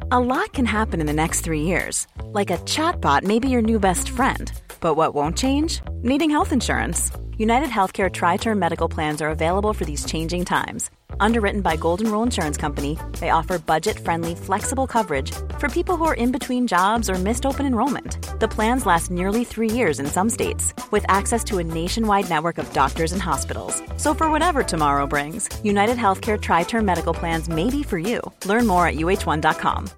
A lot can happen in the next 3 years. Like a chatbot may be your new best friend. But what won't change? Needing health insurance. United Healthcare Tri-Term Medical Plans are available for these changing times. Underwritten by Golden Rule Insurance Company, they offer budget-friendly, flexible coverage for people who are in between jobs or missed open enrollment. The plans last nearly 3 years in some states, with access to a nationwide network of doctors and hospitals. So for whatever tomorrow brings, United Healthcare Tri-Term Medical Plans may be for you. Learn more at uh1.com.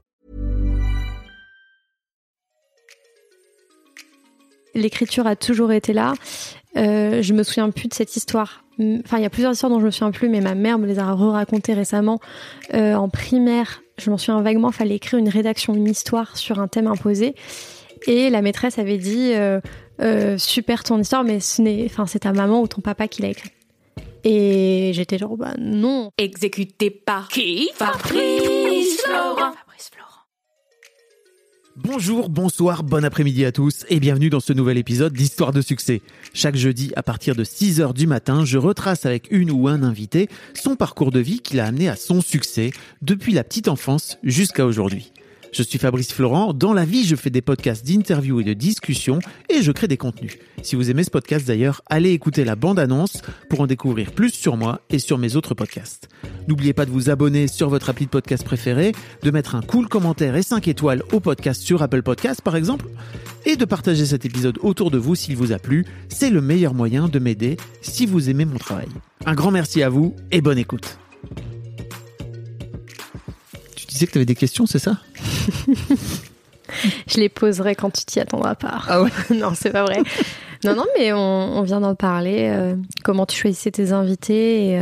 L'écriture a toujours été là. Je me souviens plus de cette histoire. Enfin, il y a plusieurs histoires dont je me souviens plus, mais ma mère me les a re-racontées récemment. En primaire, je m'en souviens vaguement, fallait écrire une rédaction, une histoire sur un thème imposé. Et la maîtresse avait dit super ton histoire, mais c'est ta maman ou ton papa qui l'a écrit. Et j'étais genre, bah non. Exécuté par qui? Fabrice Florent. Bonjour, bonsoir, bon après-midi à tous et bienvenue dans ce nouvel épisode d'Histoire de succès. Chaque jeudi à partir de 6h du matin, je retrace avec une ou un invité son parcours de vie qui l'a amené à son succès depuis la petite enfance jusqu'à aujourd'hui. Je suis Fabrice Florent, dans la vie je fais des podcasts d'interviews et de discussions et je crée des contenus. Si vous aimez ce podcast d'ailleurs, allez écouter la bande-annonce pour en découvrir plus sur moi et sur mes autres podcasts. N'oubliez pas de vous abonner sur votre appli de podcast préféré, de mettre un cool commentaire et 5 étoiles au podcast sur Apple Podcasts par exemple, et de partager cet épisode autour de vous s'il vous a plu. C'est le meilleur moyen de m'aider si vous aimez mon travail. Un grand merci à vous et bonne écoute. Tu disais que tu avais des questions, c'est ça ? Je les poserai quand tu t'y attendras pas. Ah ouais ? Non, c'est pas vrai. Non, mais on vient d'en parler. Comment tu choisissais tes invités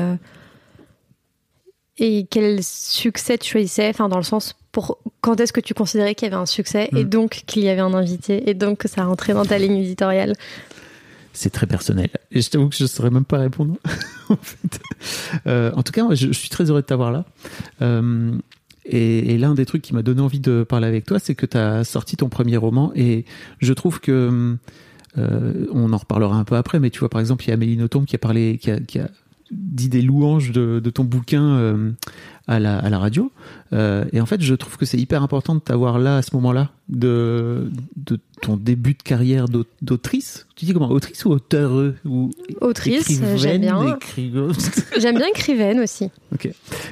et quel succès tu choisissais, enfin dans le sens pour quand est-ce que tu considérais qu'il y avait un succès et donc qu'il y avait un invité et donc que ça rentrait dans ta ligne éditoriale. C'est très personnel et je t'avoue que je ne saurais même pas répondre en fait. En tout cas, je suis très heureux de t'avoir là. Et l'un des trucs qui m'a donné envie de parler avec toi, c'est que tu as sorti ton premier roman et je trouve que on en reparlera un peu après, mais tu vois par exemple il y a Amélie Nothomb qui a dit des louanges de ton bouquin à la radio et en fait je trouve que c'est hyper important de t'avoir là à ce moment-là de ton début de carrière d'autrice. Tu dis comment, autrice ou auteure ou autrice? J'aime bien. J'aime bien écrivaine aussi. Ok.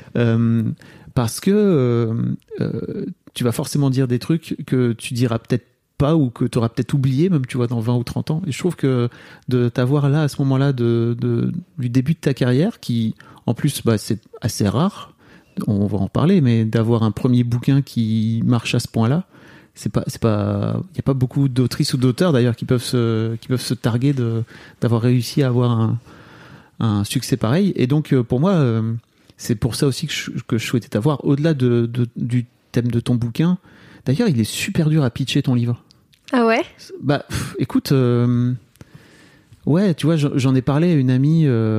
Parce que tu vas forcément dire des trucs que tu diras peut-être pas ou que tu auras peut-être oublié, même tu vois dans 20 ou 30 ans. Et je trouve que de t'avoir là à ce moment-là du début de ta carrière, qui en plus c'est assez rare, on va en parler, mais d'avoir un premier bouquin qui marche à ce point-là, il y a pas beaucoup d'autrices ou d'auteurs d'ailleurs qui peuvent se targuer d'avoir réussi à avoir un succès pareil. Et donc pour moi c'est pour ça aussi que je souhaitais t'avoir, au-delà du thème de ton bouquin. D'ailleurs, il est super dur à pitcher ton livre. Ah ouais ? Écoute, ouais, tu vois, j'en ai parlé à une amie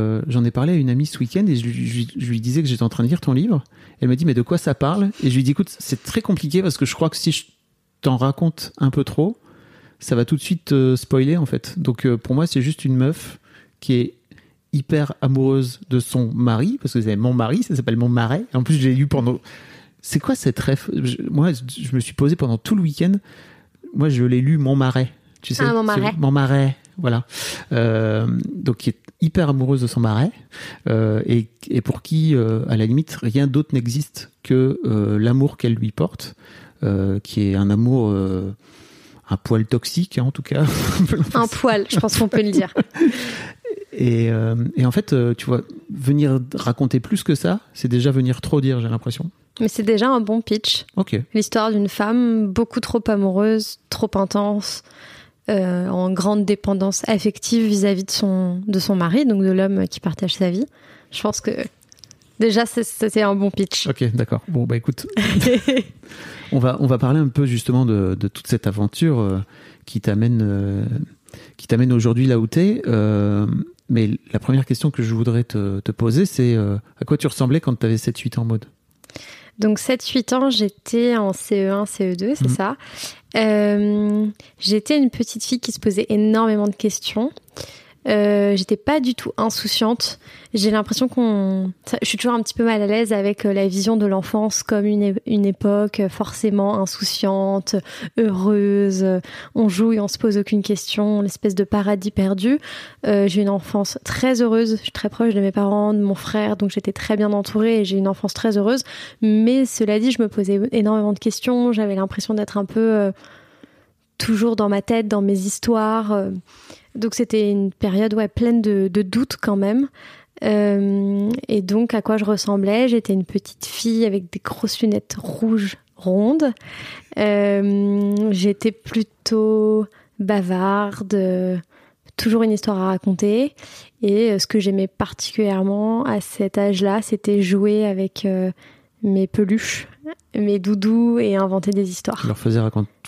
ce week-end et je lui disais que j'étais en train de lire ton livre. Elle m'a dit, mais de quoi ça parle ? Et je lui dis, écoute, c'est très compliqué parce que je crois que si je t'en raconte un peu trop, ça va tout de suite spoiler en fait. Donc pour moi, c'est juste une meuf qui est hyper amoureuse de son mari, parce que c'est mon mari, ça s'appelle Mon Marais. En plus, j'ai lu pendant... C'est quoi cette ref ? Moi, je me suis posé pendant tout le week-end. Moi, je l'ai lu Mon Marais. Tu sais, Mon Marais. Mon Marais, voilà. Donc, qui est hyper amoureuse de son mari et pour qui, à la limite, rien d'autre n'existe que l'amour qu'elle lui porte, qui est un amour... un poil toxique, hein, en tout cas. Un poil, je pense qu'on peut le dire. Et en fait, tu vois, venir raconter plus que ça, c'est déjà venir trop dire, j'ai l'impression. Mais c'est déjà un bon pitch. Ok. L'histoire d'une femme beaucoup trop amoureuse, trop intense, en grande dépendance affective vis-à-vis de son mari, donc de l'homme qui partage sa vie. Je pense que déjà, c'est un bon pitch. Ok, d'accord. Bon, bah écoute, on va parler un peu justement de toute cette aventure qui t'amène aujourd'hui là où t'es. Mais la première question que je voudrais te poser, c'est à quoi tu ressemblais quand tu avais 7-8 ans, Maud ? Donc 7-8 ans, j'étais en CE1, CE2, c'est ça. J'étais une petite fille qui se posait énormément de questions. J'étais pas du tout insouciante. J'ai l'impression je suis toujours un petit peu mal à l'aise avec la vision de l'enfance comme une époque forcément insouciante, heureuse. On joue et on se pose aucune question, l'espèce de paradis perdu. J'ai une enfance très heureuse. Je suis très proche de mes parents, de mon frère, donc j'étais très bien entourée et j'ai une enfance très heureuse. Mais cela dit, je me posais énormément de questions. J'avais l'impression d'être un peu toujours dans ma tête, dans mes histoires. Donc c'était une période pleine de doutes quand même. Et donc à quoi je ressemblais? J'étais une petite fille avec des grosses lunettes rouges rondes. J'étais plutôt bavarde, toujours une histoire à raconter. Et ce que j'aimais particulièrement à cet âge-là, c'était jouer avec mes peluches, mes doudous et inventer des histoires. Tu leur faisais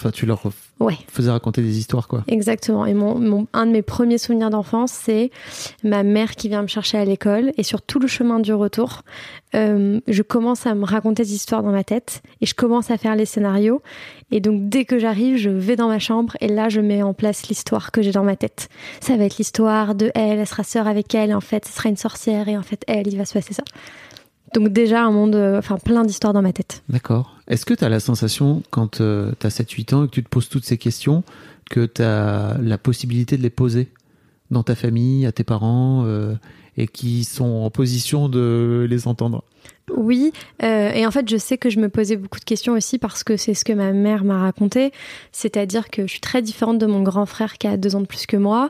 faisais raconter des histoires, quoi. Exactement. Et un de mes premiers souvenirs d'enfance, c'est ma mère qui vient me chercher à l'école. Et sur tout le chemin du retour, je commence à me raconter des histoires dans ma tête et je commence à faire les scénarios. Et donc, dès que j'arrive, je vais dans ma chambre et là, je mets en place l'histoire que j'ai dans ma tête. Ça va être l'histoire de elle sera sœur avec elle. Et en fait, ce sera une sorcière et en fait, il va se passer ça. Donc déjà un monde, plein d'histoires dans ma tête. D'accord. Est-ce que tu as la sensation, quand tu as 7-8 ans et que tu te poses toutes ces questions, que tu as la possibilité de les poser dans ta famille, à tes parents, et qui sont en position de les entendre? Oui, et en fait je sais que je me posais beaucoup de questions aussi parce que c'est ce que ma mère m'a raconté, c'est-à-dire que je suis très différente de mon grand frère qui a 2 ans de plus que moi.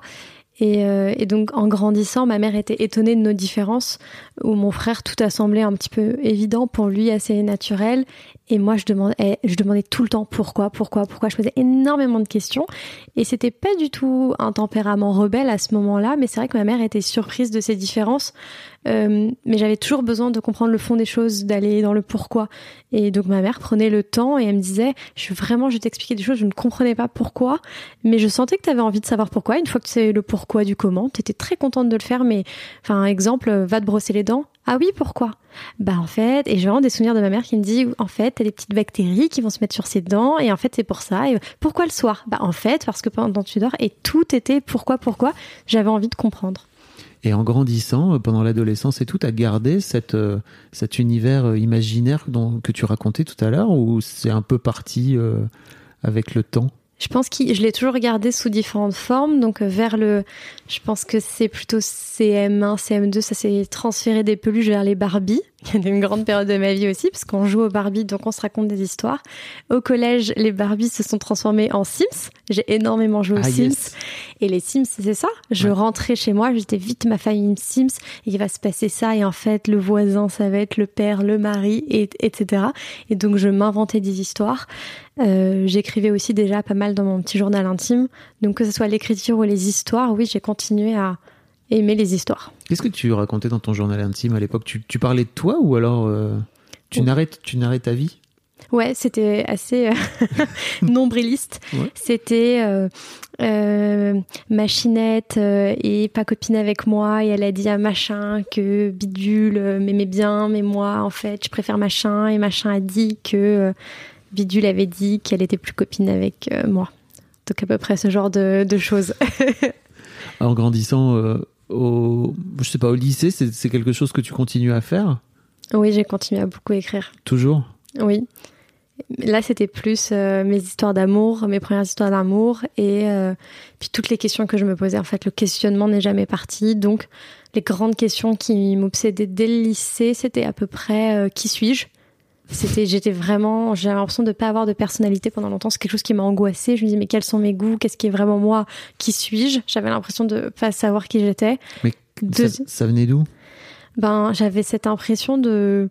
Et donc, en grandissant, ma mère était étonnée de nos différences, où mon frère, tout a semblé un petit peu évident pour lui, assez naturel. Et moi, je demandais tout le temps pourquoi. Je posais énormément de questions. Et c'était pas du tout un tempérament rebelle à ce moment-là, mais c'est vrai que ma mère était surprise de ces différences. Mais j'avais toujours besoin de comprendre le fond des choses, d'aller dans le pourquoi. Et donc ma mère prenait le temps et elle me disait, je vais t'expliquer des choses, je ne comprenais pas pourquoi, mais je sentais que tu avais envie de savoir pourquoi. Une fois que tu sais le pourquoi du comment, tu étais très contente de le faire, mais exemple, va te brosser les dents. Ah oui, pourquoi? En fait, et j'ai vraiment des souvenirs de ma mère qui me dit, en fait, t'as des petites bactéries qui vont se mettre sur ses dents, et en fait, c'est pour ça. Et pourquoi le soir? En fait, parce que pendant que tu dors, et tout était pourquoi. J'avais envie de comprendre. Et en grandissant, pendant l'adolescence et tout, t'as gardé cet univers imaginaire que tu racontais tout à l'heure, ou c'est un peu parti avec le temps? Je pense que je l'ai toujours regardé sous différentes formes. Donc je pense que c'est plutôt CM1, CM2, ça s'est transféré des peluches vers les Barbie. Il y a une grande période de ma vie aussi, parce qu'on joue aux Barbie, donc on se raconte des histoires. Au collège, les Barbie se sont transformées en Sims. J'ai énormément joué aux Sims. Yes. Et les Sims, c'est ça. Je rentrais chez moi, j'étais vite ma famille Sims, et il va se passer ça, et en fait, le voisin, ça va être le père, le mari, etc. Et donc, je m'inventais des histoires. J'écrivais aussi déjà pas mal dans mon petit journal intime. Donc, que ce soit l'écriture ou les histoires, oui, j'ai continué à aimer les histoires. Qu'est-ce que tu racontais dans ton journal intime à l'époque? Tu parlais de toi ou alors tu narrais ta vie? Ouais, c'était assez nombriliste. Ouais. C'était Machinette est pas copine avec moi et elle a dit à Machin que Bidule m'aimait bien, mais moi, en fait, je préfère Machin, et Machin a dit que Bidule avait dit qu'elle était plus copine avec moi. Donc à peu près ce genre de choses. En grandissant au lycée, c'est quelque chose que tu continues à faire? Oui, j'ai continué à beaucoup écrire. Toujours? Oui. Là, c'était plus mes histoires d'amour, mes premières histoires d'amour, et puis toutes les questions que je me posais. En fait, le questionnement n'est jamais parti. Donc, les grandes questions qui m'obsédaient dès le lycée, c'était à peu près qui suis-je? J'avais l'impression de pas avoir de personnalité pendant longtemps. C'est quelque chose qui m'a angoissée. Je me disais, mais quels sont mes goûts? Qu'est-ce qui est vraiment moi? Qui suis-je? J'avais l'impression de pas savoir qui j'étais. Mais ça venait d'où? J'avais cette impression de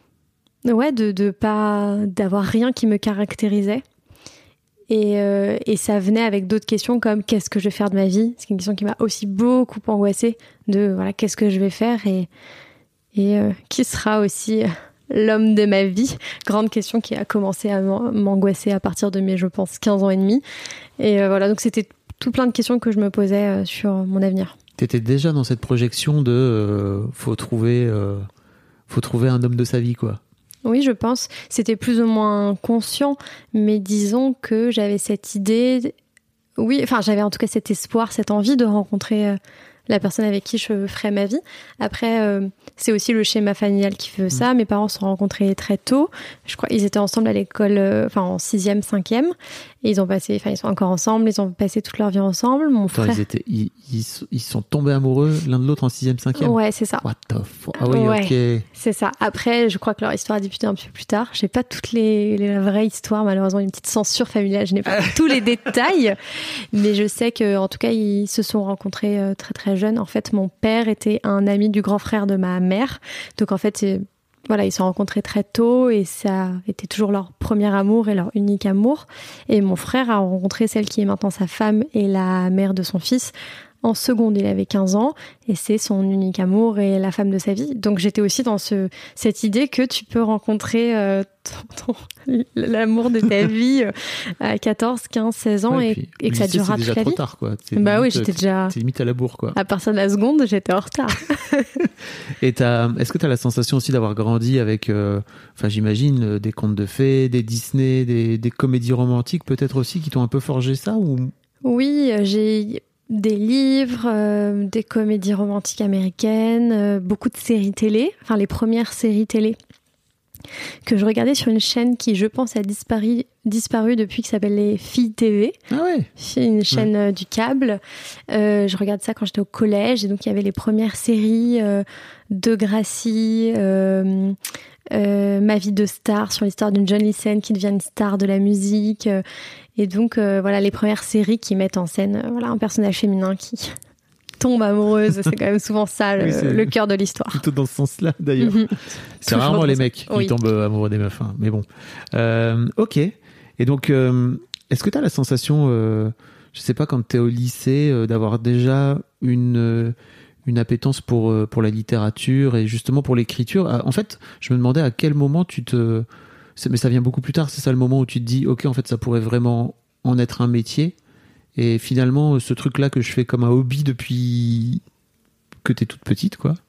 pas, d'avoir rien qui me caractérisait. Et ça venait avec d'autres questions comme qu'est-ce que je vais faire de ma vie? C'est une question qui m'a aussi beaucoup angoissée qu'est-ce que je vais faire et qui sera aussi l'homme de ma vie? Grande question qui a commencé à m'angoisser à partir de mes, je pense, 15 ans et demi. Et donc c'était tout plein de questions que je me posais sur mon avenir. T'étais déjà dans cette projection de faut trouver un homme de sa vie, quoi. Oui, je pense. C'était plus ou moins conscient, mais disons que j'avais cette idée... Oui, j'avais en tout cas cet espoir, cette envie de rencontrer la personne avec qui je ferais ma vie. Après, c'est aussi le schéma familial qui fait ça. Mes parents se sont rencontrés très tôt. Je crois qu'ils étaient ensemble à l'école, en 6e, 5e. Et ils sont encore ensemble. Ils ont passé toute leur vie ensemble. Mon frère... Ils sont tombés amoureux l'un de l'autre en 6e, 5e? Ouais, c'est ça. What the fuck? Ah oui, ouais, ok. c'est ça. Après, je crois que leur histoire a débuté un peu plus tard. J'ai pas toutes la vraie histoire, malheureusement, une petite censure familiale. Je n'ai pas tous les détails. Mais je sais que, en tout cas, ils se sont rencontrés très très jeunes. En fait, mon père était un ami du grand frère de ma mère. Donc, en fait, ils se sont rencontrés très tôt et ça était toujours leur premier amour et leur unique amour. Et mon frère a rencontré celle qui est maintenant sa femme et la mère de son fils en seconde. Il avait 15 ans et c'est son unique amour et la femme de sa vie. Donc j'étais aussi dans cette idée que tu peux rencontrer l'amour de ta vie à 14, 15, 16 ans et que ça durera toute la vie. C'est déjà trop tard, quoi. J'étais déjà... C'est limite à la bourre, quoi. À partir de la seconde, j'étais en retard. Et est-ce que tu as la sensation aussi d'avoir grandi avec, j'imagine, des contes de fées, des Disney, des comédies romantiques peut-être aussi qui t'ont un peu forgé ça ou... Oui, j'ai des livres, des comédies romantiques américaines, beaucoup de séries télé, les premières séries télé que je regardais sur une chaîne qui, je pense, a disparu depuis, qui s'appelle les Filles TV. Ah ouais. C'est une chaîne du câble. Je regardais ça quand j'étais au collège et donc il y avait les premières séries de Gracie, Ma vie de star, sur l'histoire d'une jeune lycéenne qui devient une star de la musique. Et donc, les premières séries qui mettent en scène un personnage féminin qui tombe amoureuse. C'est quand même souvent ça, le cœur de l'histoire. Plutôt dans ce sens-là, d'ailleurs. C'est rarement les mecs qui tombent amoureux des meufs. Mais bon. Ok. Et donc, est-ce que tu as la sensation, je sais pas, quand tu es au lycée, d'avoir déjà une appétence pour la littérature et justement pour l'écriture? En fait, je me demandais à quel moment mais ça vient beaucoup plus tard, c'est ça le moment où tu te dis, ok, en fait, ça pourrait vraiment en être un métier. Et finalement, ce truc-là que je fais comme un hobby depuis que t'es toute petite, quoi,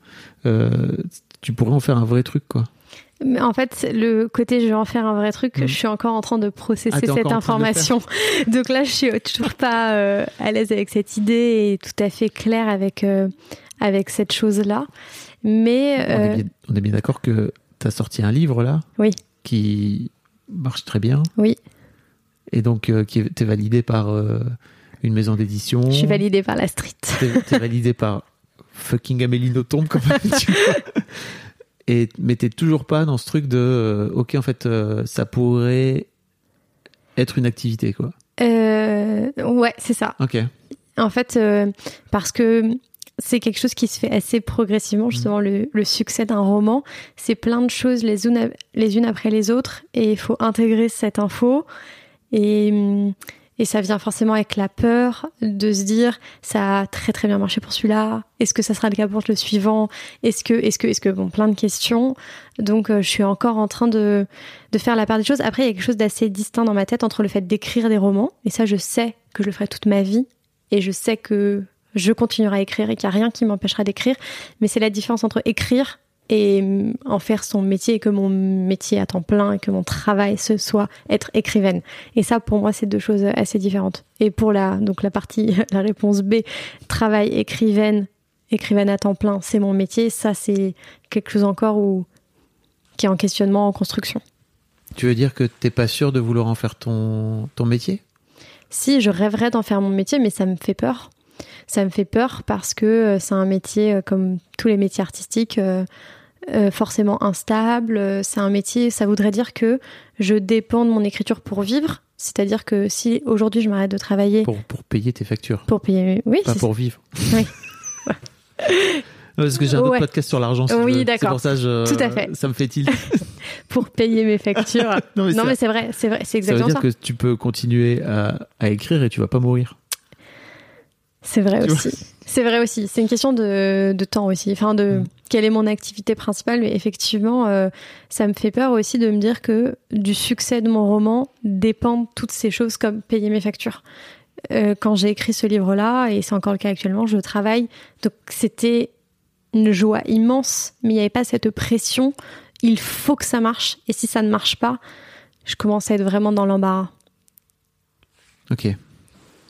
tu pourrais en faire un vrai truc, quoi. Mais en fait, le côté je vais en faire un vrai truc, je suis encore en train de processer cette information. Donc là, je suis toujours pas à l'aise avec cette idée et tout à fait claire avec cette chose-là. Mais on est bien d'accord que t'as sorti un livre là, oui, qui marche très bien. Oui. Et donc qui était validé par une maison d'édition. Je suis validée par la street. T'es validée par fucking Amélie Nothomb, comme tu vois. Mais t'es toujours pas dans ce truc de ok, en fait, ça pourrait être une activité, quoi. Ouais, c'est ça. Ok. En fait, parce que c'est quelque chose qui se fait assez progressivement, justement, le succès d'un roman. C'est plein de choses les unes après les autres et il faut intégrer cette info. Et ça vient forcément avec la peur de se dire ça a très très bien marché pour celui-là, est-ce que ça sera le cas pour le suivant, est-ce que bon, plein de questions. Donc je suis encore en train de faire la part des choses. Après il y a quelque chose d'assez distinct dans ma tête entre le fait d'écrire des romans, et ça je sais que je le ferai toute ma vie et je sais que je continuerai à écrire et qu'il n'y a rien qui m'empêchera d'écrire, mais c'est la différence entre écrire et en faire son métier, et que mon métier à temps plein et que mon travail ce soit être écrivaine. Et ça, pour moi, c'est deux choses assez différentes. Et pour la réponse B, travail écrivaine à temps plein, c'est mon métier. Ça, c'est quelque chose encore qui est en questionnement, en construction. Tu veux dire que t'es pas sûr de vouloir en faire ton métier ? Si, je rêverais d'en faire mon métier, mais ça me fait peur. Ça me fait peur parce que c'est un métier, comme tous les métiers artistiques, forcément instable. C'est un métier, ça voudrait dire que je dépends de mon écriture pour vivre. C'est-à-dire que si aujourd'hui je m'arrête de travailler... Pour payer tes factures. Pour payer, oui. Pas pour vivre. Oui. Parce que j'ai un autre podcast sur l'argent. Oui, d'accord. C'est pour ça tout à fait. Ça me fait tilt. Pour payer mes factures. non, mais c'est vrai, c'est exactement ça. Ça veut dire que tu peux continuer à écrire et tu vas pas mourir. C'est vrai aussi. C'est vrai aussi. C'est une question de temps aussi. Enfin, quelle est mon activité principale. Mais effectivement, ça me fait peur aussi de me dire que du succès de mon roman dépendent toutes ces choses comme payer mes factures. Quand j'ai écrit ce livre-là, et c'est encore le cas actuellement, je travaille. Donc, c'était une joie immense, mais il n'y avait pas cette pression. Il faut que ça marche. Et si ça ne marche pas, je commence à être vraiment dans l'embarras. Ok.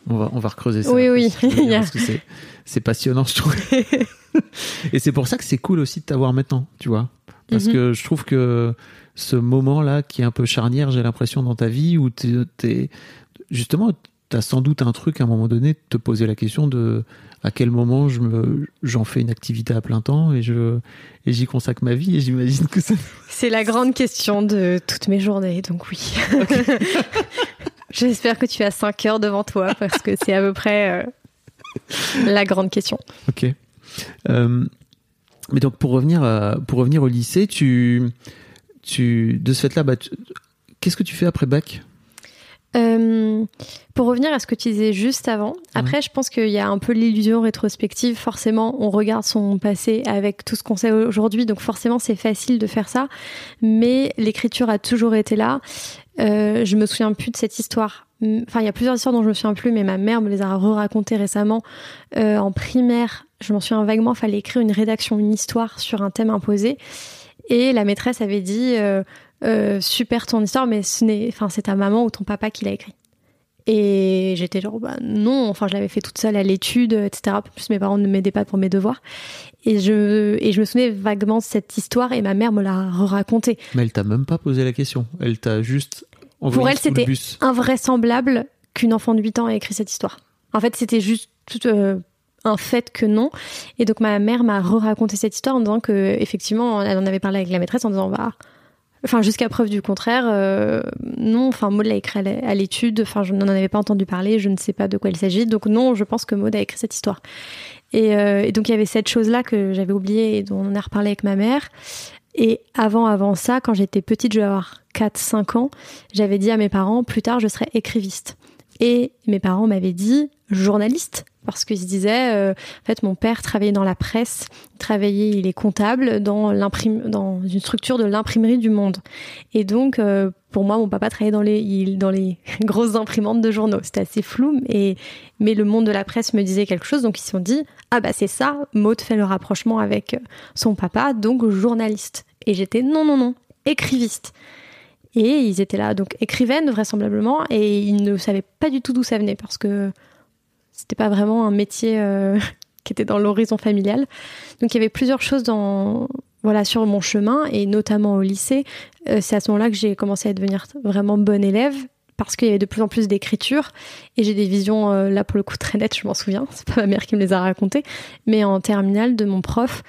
On va recreuser ça. Oui. Parce que c'est passionnant, je trouve. Et c'est pour ça que c'est cool aussi de t'avoir maintenant, tu vois. Parce que je trouve que ce moment-là qui est un peu charnière, j'ai l'impression, dans ta vie, où justement, t'as sans doute un truc à un moment donné de te poser la question de à quel moment j'en fais une activité à plein temps et j'y consacre ma vie, et j'imagine que ça... C'est la grande question de toutes mes journées, donc oui. Okay. J'espère que tu as 5 heures devant toi, parce que c'est à peu près la grande question. Ok. Mais donc pour revenir au lycée, de ce fait-là, qu'est-ce que tu fais après bac ? Pour revenir à ce que tu disais juste avant, après je pense qu'il y a un peu l'illusion rétrospective. Forcément, on regarde son passé avec tout ce qu'on sait aujourd'hui, donc forcément c'est facile de faire ça, mais l'écriture a toujours été là. Je me souviens plus de cette histoire. Enfin, il y a plusieurs histoires dont je me souviens plus, mais ma mère me les a re-racontées récemment. En primaire, je m'en souviens vaguement, il fallait écrire une rédaction, une histoire sur un thème imposé, et la maîtresse avait dit super ton histoire, mais c'est ta maman ou ton papa qui l'a écrit. Et j'étais genre non, je l'avais fait toute seule à l'étude, etc. En plus mes parents ne m'aidaient pas pour mes devoirs, et je me souvenais vaguement de cette histoire, et ma mère me l'a racontée. Mais elle t'a même pas posé la question, elle t'a juste envoyé pour elle sous le c'était bus. Invraisemblable qu'une enfant de 8 ans ait écrit cette histoire. En fait c'était juste un fait que non. Et donc ma mère m'a raconté cette histoire en disant que effectivement elle en avait parlé avec la maîtresse en disant jusqu'à preuve du contraire, non, Maud l'a écrit à l'étude, je n'en avais pas entendu parler, je ne sais pas de quoi il s'agit, donc non, je pense que Maud a écrit cette histoire. Et donc il y avait cette chose-là que j'avais oubliée et dont on a reparlé avec ma mère. Et avant ça, quand j'étais petite, je devais avoir 4-5 ans, j'avais dit à mes parents, plus tard je serai écriviste. Et mes parents m'avaient dit journaliste, parce qu'ils se disaient, en fait, mon père travaillait dans la presse, il est comptable dans une structure de l'imprimerie du Monde. Et donc, pour moi, mon papa travaillait dans les grosses imprimantes de journaux. C'était assez flou, mais le monde de la presse me disait quelque chose, donc ils se sont dit, c'est ça, Maud fait le rapprochement avec son papa, donc journaliste. Et j'étais non, écriviste. Et ils étaient là, donc écrivaine vraisemblablement, et ils ne savaient pas du tout d'où ça venait, parce que c'était pas vraiment un métier qui était dans l'horizon familial. Donc il y avait plusieurs choses sur mon chemin, et notamment au lycée. C'est à ce moment-là que j'ai commencé à devenir vraiment bonne élève, parce qu'il y avait de plus en plus d'écriture, et j'ai des visions, là pour le coup très nettes, je m'en souviens, c'est pas ma mère qui me les a racontées, mais en terminale de mon prof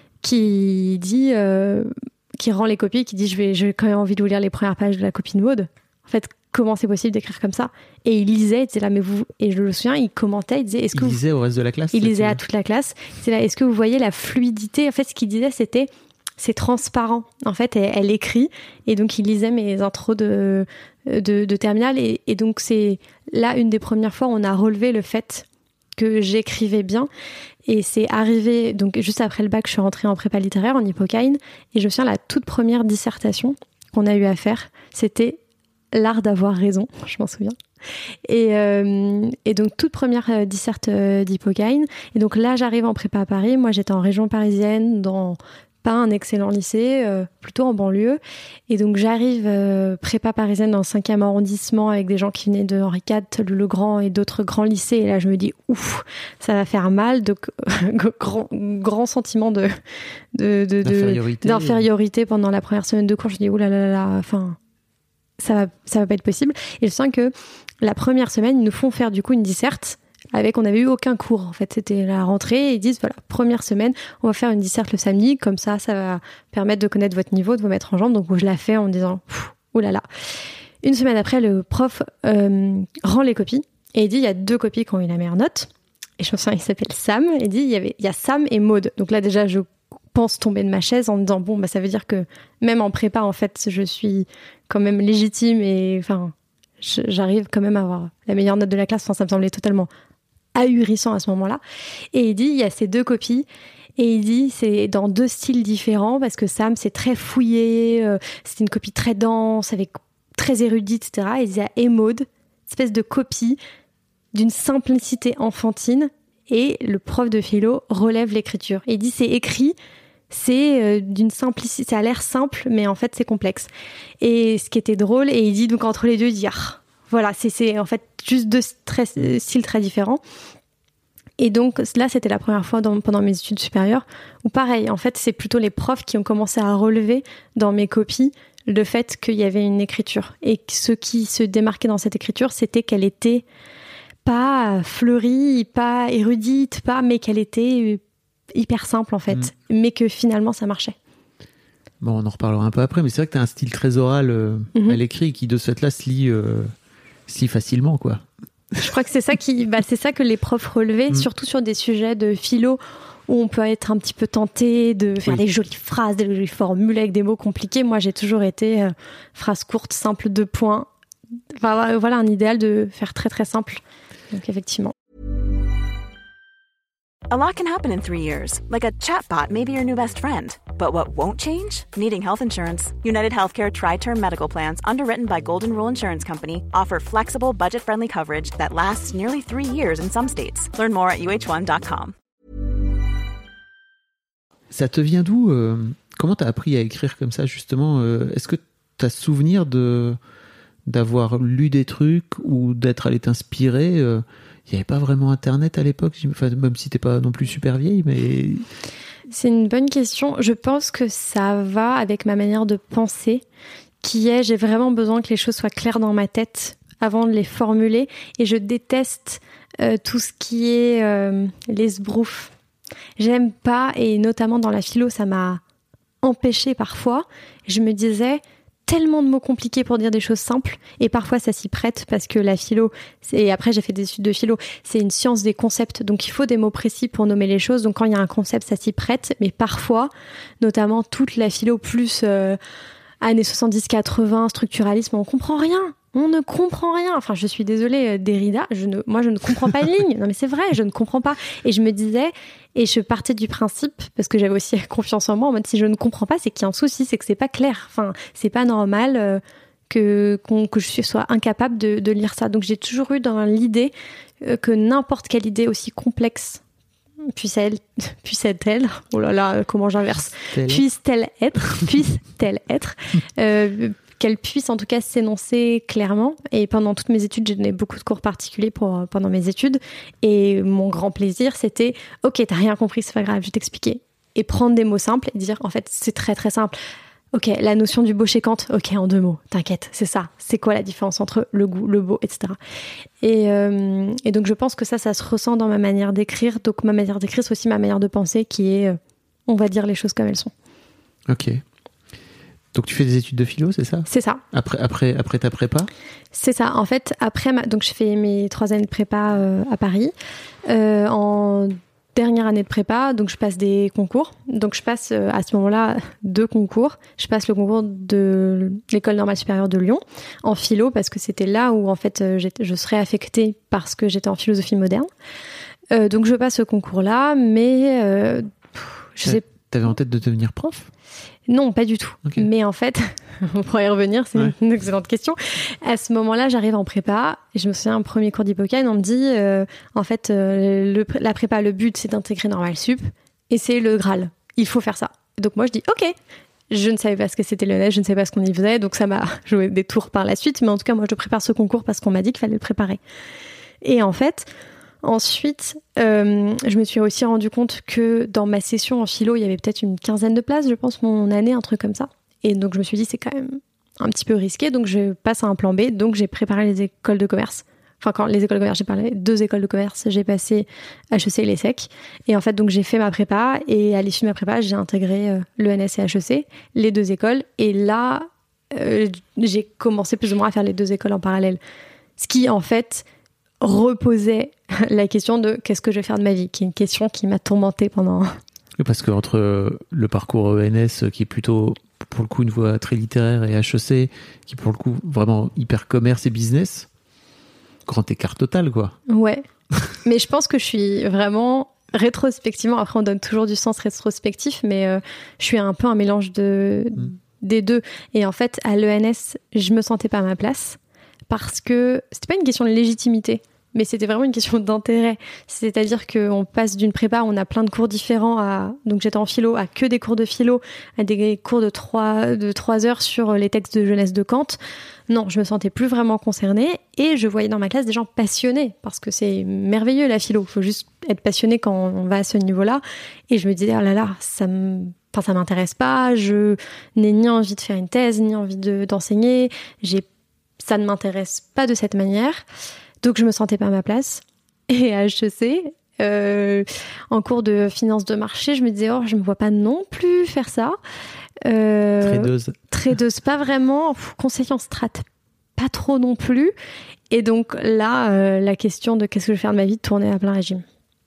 qui dit... qui rend les copies, qui dit j'ai quand même envie de vous lire les premières pages de la copie de Maud. En fait, comment c'est possible d'écrire comme ça? Et il lisait, il disait là, mais vous... Et je me souviens, il commentait, il disait... Il lisait au reste de la classe? Il lisait à toute la classe. C'est là, est-ce que vous voyez la fluidité? En fait, ce qu'il disait, c'était, c'est transparent. En fait, elle écrit, et donc il lisait mes intros de terminale, et donc c'est là une des premières fois où on a relevé le fait que j'écrivais bien. Et c'est arrivé, donc juste après le bac, je suis rentrée en prépa littéraire, en Hippocaïne, et je me souviens, la toute première dissertation qu'on a eu à faire, c'était l'art d'avoir raison, je m'en souviens. Et donc, toute première disserte d'Hippocaïne. Et donc là, j'arrive en prépa à Paris. Moi, j'étais en région parisienne, dans pas un excellent lycée, plutôt en banlieue. Et donc, j'arrive prépa parisienne dans le 5e arrondissement avec des gens qui venaient de Henri IV, le Grand et d'autres grands lycées. Et là, je me dis, ouf, ça va faire mal. Donc, grand sentiment d'infériorité pendant la première semaine de cours. Je dis, oulala, ça va pas être possible. Et je sens que la première semaine, ils nous font faire du coup une disserte on n'avait eu aucun cours, en fait, c'était la rentrée, et ils disent, voilà, première semaine, on va faire une disserte le samedi, comme ça va permettre de connaître votre niveau, de vous mettre en jambe. Donc je la fais en me disant, oulala. Une semaine après, le prof rend les copies, et il dit, il y a 2 copies qui ont eu la meilleure note, et je me souviens, il s'appelle Sam, et il dit, il y a Sam et Maud. Donc là, déjà, je pense tomber de ma chaise en me disant, ça veut dire que même en prépa, en fait, je suis quand même légitime, et j'arrive quand même à avoir la meilleure note de la classe. Ça me semblait totalement ahurissant à ce moment-là. Et il dit, il y a ces 2 copies, et il dit, c'est dans 2 styles différents, parce que Sam, c'est très fouillé, c'est une copie très dense, avec très érudite, etc. Et il dit, et Maud, espèce de copie d'une simplicité enfantine, et le prof de philo relève l'écriture. Et il dit, c'est écrit, c'est d'une simplicité, ça a l'air simple, mais en fait, c'est complexe. Et ce qui était drôle, et il dit, donc entre les deux, il dit, Voilà, c'est en fait juste deux styles très différents. Et donc là, c'était la première fois pendant mes études supérieures où pareil, en fait, c'est plutôt les profs qui ont commencé à relever dans mes copies le fait qu'il y avait une écriture. Et ce qui se démarquait dans cette écriture, c'était qu'elle était pas fleurie, pas érudite, mais qu'elle était hyper simple en fait, mais que finalement ça marchait. Bon, on en reparlera un peu après, mais c'est vrai que tu as un style très oral à l'écrit qui de ce fait-là se lit facilement, quoi. Je crois que c'est ça c'est ça que les profs relevaient, surtout sur des sujets de philo où on peut être un petit peu tenté de faire des jolies phrases, des jolies formules avec des mots compliqués. Moi, j'ai toujours été phrase courte, simple, 2 points. Enfin, voilà un idéal de faire très très simple. Donc effectivement. A lot can happen in 3 years, like a chatbot may be your new best friend. But what won't change? Needing health insurance. United Healthcare Tri-Term Medical Plans, underwritten by Golden Rule Insurance Company, offer flexible, budget-friendly coverage that lasts nearly 3 years in some states. Learn more at uh1.com. Ça te vient d'où comment t'as appris à écrire comme ça, justement est-ce que t'as souvenir d'avoir lu des trucs ou d'être allé t'inspirer Il n'y avait pas vraiment Internet à l'époque, même si t'es pas non plus super vieille, mais... C'est une bonne question. Je pense que ça va avec ma manière de penser, qui est j'ai vraiment besoin que les choses soient claires dans ma tête avant de les formuler. Et je déteste tout ce qui est l'esbrouf. J'aime pas, et notamment dans la philo, ça m'a empêchée parfois. Je me disais... tellement de mots compliqués pour dire des choses simples et parfois ça s'y prête parce que la philo, et après j'ai fait des études de philo, c'est une science des concepts, donc il faut des mots précis pour nommer les choses, donc quand il y a un concept ça s'y prête, mais parfois notamment toute la philo plus années 70-80, structuralisme, on ne comprend rien, enfin je suis désolée Derrida, moi je ne comprends pas une ligne, non mais c'est vrai, je ne comprends pas, et je me disais, et je partais du principe, parce que j'avais aussi confiance en moi, en mode si je ne comprends pas, c'est qu'il y a un souci, c'est que c'est pas clair, enfin c'est pas normal que je sois incapable de lire ça, donc j'ai toujours eu dans l'idée que n'importe quelle idée aussi complexe puisse-t-elle oh là là, comment j'inverse, puisse-t-elle être qu'elle puisse en tout cas s'énoncer clairement. Et pendant toutes mes études, j'ai donné beaucoup de cours particuliers pendant mes études. Et mon grand plaisir, c'était « Ok, t'as rien compris, c'est pas grave, je vais t'expliquer. » Et prendre des mots simples et dire « En fait, c'est très très simple. Ok, la notion du beau chez Kant, ok, en 2 mots, t'inquiète, c'est ça. C'est quoi la différence entre le goût, le beau, etc. » Et donc, je pense que ça se ressent dans ma manière d'écrire. Donc, ma manière d'écrire, c'est aussi ma manière de penser qui est, on va dire les choses comme elles sont. Ok. Donc tu fais des études de philo, c'est ça ? C'est ça. Après ta prépa ? C'est ça. En fait, donc je fais mes 3 années de prépa à Paris. En dernière année de prépa, donc je passe des concours. Donc je passe à ce moment-là 2 concours. Je passe le concours de l'École normale supérieure de Lyon en philo parce que c'était là où en fait je serais affectée parce que j'étais en philosophie moderne. Donc je passe ce concours-là, mais je sais. T'avais en tête de devenir prof ? Non, pas du tout. Okay. Mais en fait, on pourrait y revenir, c'est une excellente question. À ce moment-là, j'arrive en prépa et je me souviens, un premier cours d'Hippocane, on me dit, en fait, la prépa, le but, c'est d'intégrer Normal Sup et c'est le Graal. Il faut faire ça. Donc moi, je dis, ok. Je ne savais pas ce que c'était le NES, je ne savais pas ce qu'on y faisait, donc ça m'a joué des tours par la suite. Mais en tout cas, moi, je prépare ce concours parce qu'on m'a dit qu'il fallait le préparer. Et en fait... Ensuite, je me suis aussi rendu compte que dans ma session en philo, il y avait peut-être une 15aine de places, je pense, mon année, un truc comme ça. Et donc, je me suis dit, c'est quand même un petit peu risqué. Donc, je passe à un plan B. Donc, j'ai préparé les écoles de commerce. Enfin, quand les écoles de commerce, j'ai parlé 2 écoles de commerce. J'ai passé HEC et l'ESSEC. Et en fait, donc, j'ai fait ma prépa. Et à l'issue de ma prépa, j'ai intégré l'ENS et HEC, les 2 écoles. Et là, j'ai commencé plus ou moins à faire les 2 écoles en parallèle. Ce qui, en fait... reposait la question de qu'est-ce que je vais faire de ma vie, qui est une question qui m'a tourmentée pendant... Parce que entre le parcours ENS, qui est plutôt, pour le coup, une voie très littéraire, et HEC, qui est pour le coup, vraiment hyper commerce et business, grand écart total, quoi. Ouais. Mais je pense que je suis vraiment... rétrospectivement, après on donne toujours du sens rétrospectif, mais je suis un peu un mélange des 2. Et en fait, à l'ENS, je me sentais pas à ma place. Parce que c'était pas une question de légitimité, mais c'était vraiment une question d'intérêt. C'est-à-dire qu'on passe d'une prépa, on a plein de cours différents donc j'étais en philo, à que des cours de philo, à des cours de 3 heures sur les textes de jeunesse de Kant. Non, je me sentais plus vraiment concernée. Et je voyais dans ma classe des gens passionnés, parce que c'est merveilleux la philo. Il faut juste être passionné quand on va à ce niveau-là. Et je me disais, oh là là, ça m'intéresse pas. Je n'ai ni envie de faire une thèse, ni envie d'enseigner. Ça ne m'intéresse pas de cette manière. Donc je me sentais pas à ma place. Et à HEC, en cours de finance de marché, je me disais, oh, je me vois pas non plus faire ça. Tradeuse, pas vraiment. Conseiller en strat, pas trop non plus. Et donc là, la question de qu'est-ce que je vais faire de ma vie tournait à plein régime.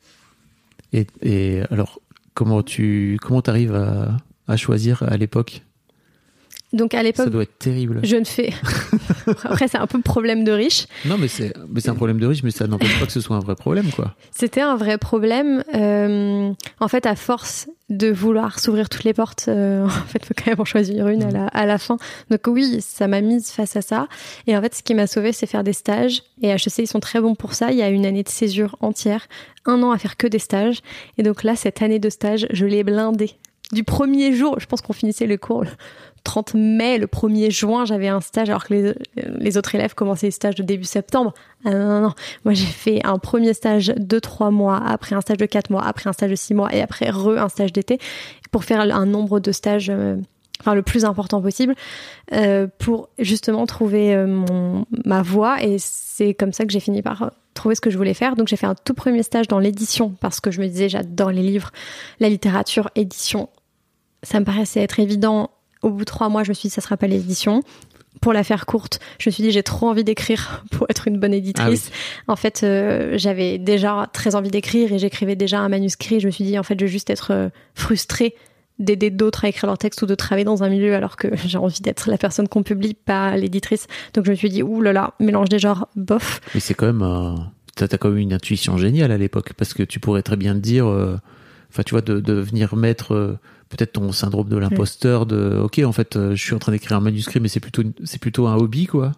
Et alors, comment t'arrives à choisir à l'époque ? Donc à l'époque, ça doit être terrible. Je ne fais. Après, c'est un peu problème de riche. Non, mais c'est un problème de riche, mais ça n'empêche pas que ce soit un vrai problème, quoi. C'était un vrai problème. En fait, à force de vouloir s'ouvrir toutes les portes, en fait, il faut quand même en choisir une à la fin. Donc oui, ça m'a mise face à ça. Et en fait, ce qui m'a sauvée, c'est faire des stages. Et HEC, ils sont très bons pour ça. Il y a une année de césure entière, 1 an à faire que des stages. Et donc là, cette année de stage, je l'ai blindée. Du premier jour, je pense qu'on finissait le cours 30 mai, le 1er juin, j'avais un stage alors que les autres élèves commençaient les stages de début septembre. Ah non. Moi, j'ai fait un premier stage de 3 mois, après un stage de 4 mois, après un stage de 6 mois et après un stage d'été pour faire un nombre de stages le plus important possible pour justement trouver ma voie. Et c'est comme ça que j'ai fini par trouver ce que je voulais faire. Donc j'ai fait un tout premier stage dans l'édition parce que je me disais j'adore les livres, la littérature, édition. Ça me paraissait être évident. Au bout de 3 mois, je me suis dit, ça sera pas l'édition. Pour la faire courte, je me suis dit, j'ai trop envie d'écrire pour être une bonne éditrice. Ah oui. En fait, j'avais déjà très envie d'écrire et j'écrivais déjà un manuscrit. Je me suis dit, en fait, je vais juste être frustrée d'aider d'autres à écrire leur texte ou de travailler dans un milieu alors que j'ai envie d'être la personne qu'on publie, pas l'éditrice. Donc je me suis dit, ouh là là, mélange des genres, bof. Mais c'est quand même, t'as quand même une intuition géniale à l'époque parce que tu pourrais très bien te dire, tu vois, de venir mettre peut-être ton syndrome de l'imposteur, ok, en fait, je suis en train d'écrire un manuscrit, mais c'est plutôt un hobby, quoi.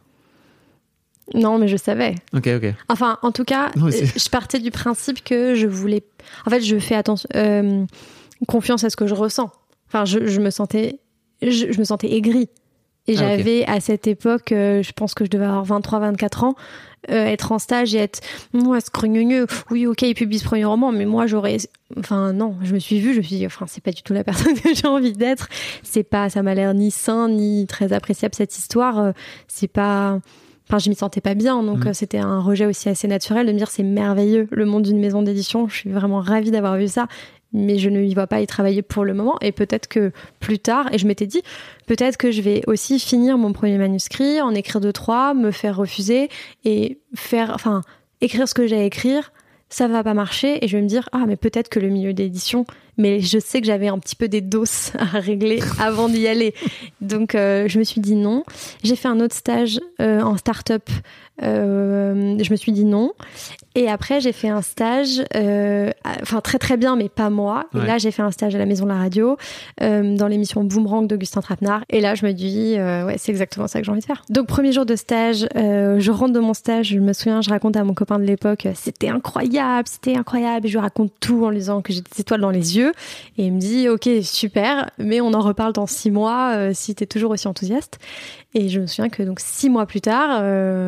Non, mais je savais. Ok. Enfin, en tout cas, je partais du principe que je voulais. En fait, je fais confiance à ce que je ressens. Enfin, je me sentais aigrie. Et j'avais à cette époque, je pense que je devais avoir 23-24 ans, être en stage et être oui, ok, il publie ce premier roman, mais moi j'aurais. Enfin, non, je me suis dit, c'est pas du tout la personne que j'ai envie d'être. Ça m'a l'air ni sain, ni très appréciable cette histoire. Je m'y sentais pas bien, donc c'était un rejet aussi assez naturel de me dire c'est merveilleux, le monde d'une maison d'édition, je suis vraiment ravie d'avoir vu ça. Mais je ne y vois pas y travailler pour le moment. Et peut-être que plus tard, et je m'étais dit, peut-être que je vais aussi finir mon premier manuscrit, en écrire 2-3, me faire refuser et écrire ce que j'ai à écrire, ça va pas marcher. Et je vais me dire, mais peut-être que le milieu d'édition, mais je sais que j'avais un petit peu des doses à régler avant d'y aller. Donc, je me suis dit non. J'ai fait un autre stage en start-up. Je me suis dit non. Et après, j'ai fait un stage, très très bien, mais pas moi. Et là, j'ai fait un stage à la Maison de la Radio, dans l'émission Boomerang d'Augustin Trapenard. Et là, je me dis, c'est exactement ça que j'ai envie de faire. Donc, premier jour de stage, je rentre de mon stage. Je me souviens, je raconte à mon copain de l'époque, c'était incroyable. Et je lui raconte tout en lui disant que j'ai des étoiles dans les yeux. Et il me dit, ok, super, mais on en reparle dans 6 mois si t'es toujours aussi enthousiaste. Et je me souviens que donc 6 mois plus tard,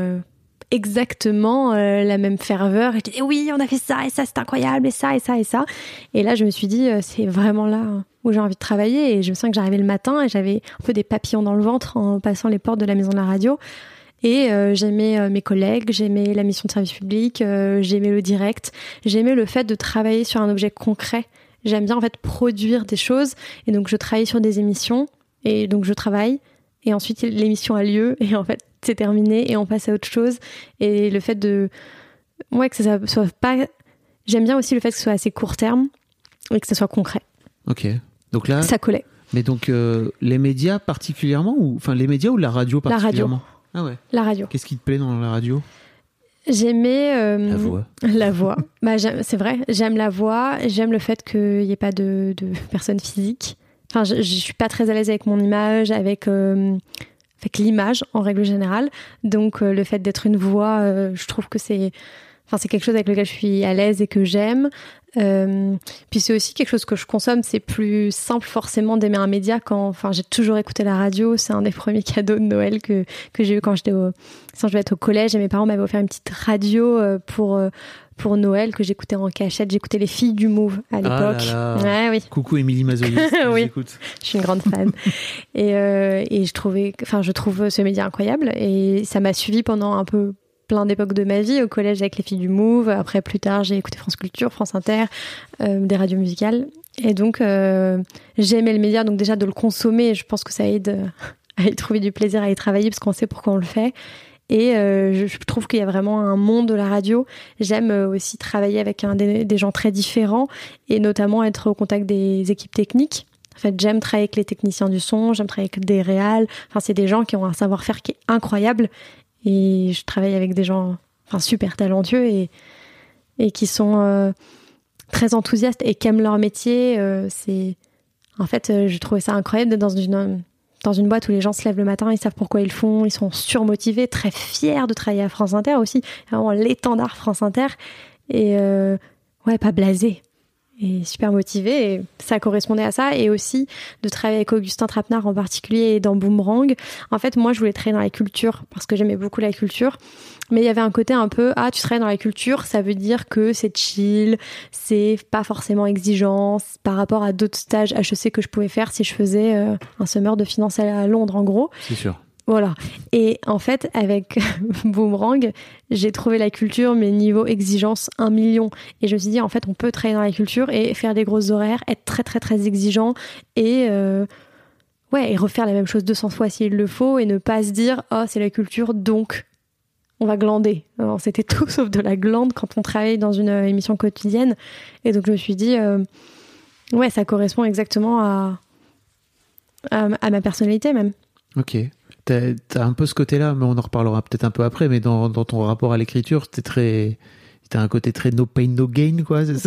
exactement la même ferveur. Et je disais oui, on a fait ça et ça, c'est incroyable et ça et ça et ça. Et là, je me suis dit c'est vraiment là où j'ai envie de travailler. Et je me sens que j'arrivais le matin et j'avais un peu des papillons dans le ventre en passant les portes de la Maison de la Radio. Et j'aimais mes collègues, j'aimais la mission de service public, j'aimais le direct, j'aimais le fait de travailler sur un objet concret. J'aime bien en fait produire des choses. Et donc je travaille sur des émissions et donc je travaille. Et ensuite l'émission a lieu et en fait c'est terminé et on passe à autre chose. Et le fait que ça soit pas. J'aime bien aussi le fait que ce soit assez court terme et que ça soit concret. Ok. Donc là. Ça collait. Mais donc les médias particulièrement les médias ou la radio particulièrement? La radio. Ah ouais. La radio. Qu'est-ce qui te plaît dans la radio? J'aimais la voix. La voix. C'est vrai. J'aime la voix. J'aime le fait qu'il n'y ait pas de personnes physiques. Enfin, je suis pas très à l'aise avec mon image, avec l'image en règle générale. Donc le fait d'être une voix, je trouve que c'est Enfin, c'est quelque chose avec lequel je suis à l'aise et que j'aime. Puis c'est aussi quelque chose que je consomme. C'est plus simple forcément d'aimer un média enfin, j'ai toujours écouté la radio. C'est un des premiers cadeaux de Noël que j'ai eu quand je devais être au collège et mes parents m'avaient offert une petite radio pour Noël que j'écoutais en cachette. J'écoutais les filles du Move à l'époque. Ah là là. Ouais, oui. Coucou Émilie Mazoyer. Oui. Je suis une grande fan. et je trouve ce média incroyable et ça m'a suivi pendant un peu plein d'époques de ma vie, au collège avec les filles du Move. Après, plus tard, j'ai écouté France Culture, France Inter, des radios musicales. Et donc, j'ai aimé le média. Donc déjà, de le consommer, je pense que ça aide à y trouver du plaisir, à y travailler, parce qu'on sait pourquoi on le fait. Et je trouve qu'il y a vraiment un monde de la radio. J'aime aussi travailler avec des gens très différents, et notamment être au contact des équipes techniques. En fait, j'aime travailler avec les techniciens du son, j'aime travailler avec des réals. Enfin, c'est des gens qui ont un savoir-faire qui est incroyable. Et je travaille avec des gens super talentueux et qui sont très enthousiastes et qui aiment leur métier. En fait, je trouvais ça incroyable d'être dans une boîte où les gens se lèvent le matin, ils savent pourquoi ils le font, ils sont surmotivés, très fiers de travailler à France Inter aussi. Vraiment l'étendard France Inter. Et pas blasés. Et super motivée, et ça correspondait à ça. Et aussi de travailler avec Augustin Trapenard en particulier et dans Boomerang. En fait, moi, je voulais travailler dans la culture parce que j'aimais beaucoup la culture. Mais il y avait un côté un peu, tu travailles dans la culture, ça veut dire que c'est chill, c'est pas forcément exigeant par rapport à d'autres stages HEC que je pouvais faire si je faisais un summer de finance à Londres, en gros. C'est sûr. Voilà. Et en fait, avec Boomerang, j'ai trouvé la culture, mais niveau exigence, 1 million. Et je me suis dit, en fait, on peut travailler dans la culture et faire des grosses horaires, être très, très, très exigeant et refaire la même chose 200 fois s'il le faut et ne pas se dire, c'est la culture, donc on va glander. Alors, c'était tout sauf de la glande quand on travaille dans une émission quotidienne. Et donc, je me suis dit, ça correspond exactement à ma personnalité même. Ok. T'as un peu ce côté-là, mais on en reparlera peut-être un peu après, mais dans ton rapport à l'écriture, t'as un côté très no pain, no gain, quoi, c'est ça?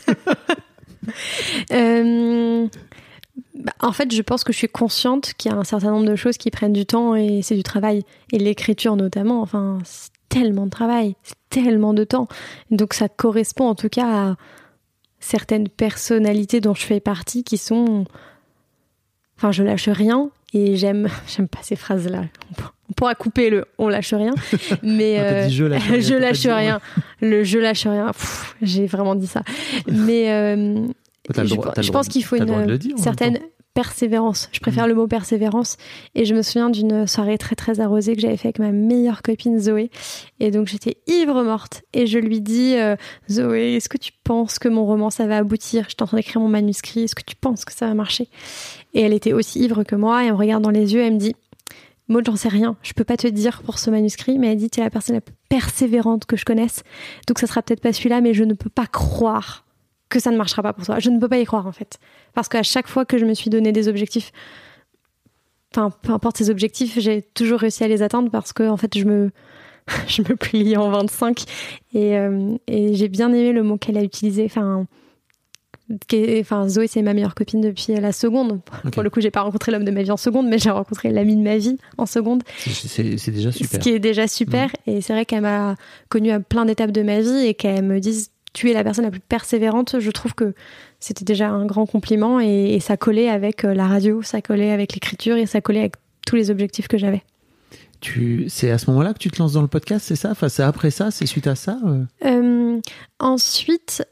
En fait, je pense que je suis consciente qu'il y a un certain nombre de choses qui prennent du temps et c'est du travail. Et l'écriture notamment, c'est tellement de travail, c'est tellement de temps. Donc ça correspond en tout cas à certaines personnalités dont je fais partie qui sont... je lâche rien. Et j'aime pas ces phrases-là. On pourra couper le « on lâche rien », mais je lâche rien. Le « je lâche rien », j'ai vraiment dit ça. Mais je pense qu'il faut une certaine persévérance. Je préfère le mot persévérance. Et je me souviens d'une soirée très très arrosée que j'avais fait avec ma meilleure copine Zoé. Et donc j'étais ivre morte. Et je lui dis Zoé, est-ce que tu penses que mon roman ça va aboutir? J'étais en train d'écrire mon manuscrit. Est-ce que tu penses que ça va marcher? Et elle était aussi ivre que moi. Et elle me regarde dans les yeux. Elle me dit Maud, j'en sais rien. Je peux pas te dire pour ce manuscrit. Mais elle dit t'es la personne la plus persévérante que je connaisse. Donc ça sera peut-être pas celui-là, mais je ne peux pas croire que ça ne marchera pas pour toi. Je ne peux pas y croire, en fait. Parce qu'à chaque fois que je me suis donné des objectifs, peu importe ces objectifs, j'ai toujours réussi à les atteindre parce que, en fait, je me plie en 25. Et j'ai bien aimé le mot qu'elle a utilisé. Zoé, c'est ma meilleure copine depuis la seconde. Okay. Pour le coup, j'ai pas rencontré l'homme de ma vie en seconde, mais j'ai rencontré l'ami de ma vie en seconde. C'est déjà super. Ce qui est déjà super. Et c'est vrai qu'elle m'a connue à plein d'étapes de ma vie et qu'elle me dise tu es la personne la plus persévérante, je trouve que c'était déjà un grand compliment et ça collait avec la radio, ça collait avec l'écriture et ça collait avec tous les objectifs que j'avais. C'est à ce moment-là que tu te lances dans le podcast, c'est ça? C'est après ça? C'est suite à ça? Ensuite...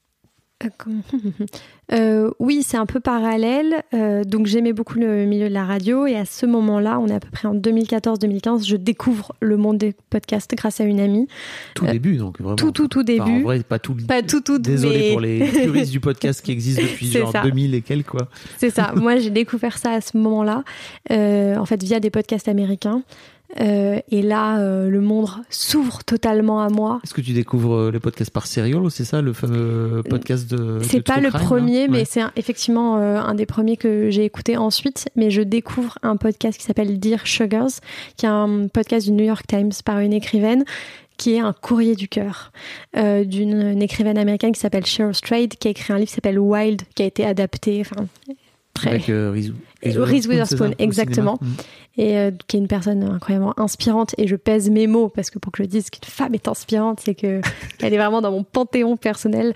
oui, c'est un peu parallèle. Donc j'aimais beaucoup le milieu de la radio et à ce moment-là, on est à peu près en 2014-2015, je découvre le monde des podcasts grâce à une amie. Tout début, donc vraiment. Tout début. En vrai, pas tout. Désolé mais... pour les puristes du podcast qui existent depuis genre 2000 et quelques, quoi. C'est ça. Moi, j'ai découvert ça à ce moment-là, en fait, via des podcasts américains. Et là, le monde s'ouvre totalement à moi. Est-ce que tu découvres les podcasts par Serial, c'est ça, le fameux podcast de C'est pas le crime, premier, mais ouais. c'est effectivement un des premiers que j'ai écouté ensuite. Mais je découvre un podcast qui s'appelle Dear Sugars, qui est un podcast du New York Times par une écrivaine qui est un courrier du cœur d'une écrivaine américaine qui s'appelle Cheryl Strayed, qui a écrit un livre qui s'appelle Wild, qui a été adapté, Avec Reese Witherspoon, exactement. Et qui est une personne incroyablement inspirante. Et je pèse mes mots parce que pour que je dise qu'une femme est inspirante, c'est qu'elle est vraiment dans mon panthéon personnel.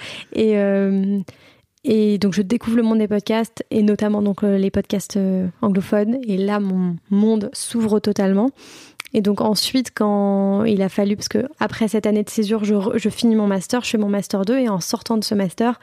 Et donc je découvre le monde des podcasts et notamment donc les podcasts anglophones. Et là, mon monde s'ouvre totalement. Et donc ensuite, quand il a fallu, parce que après cette année de césure, je finis mon master, je fais mon master 2 et en sortant de ce master,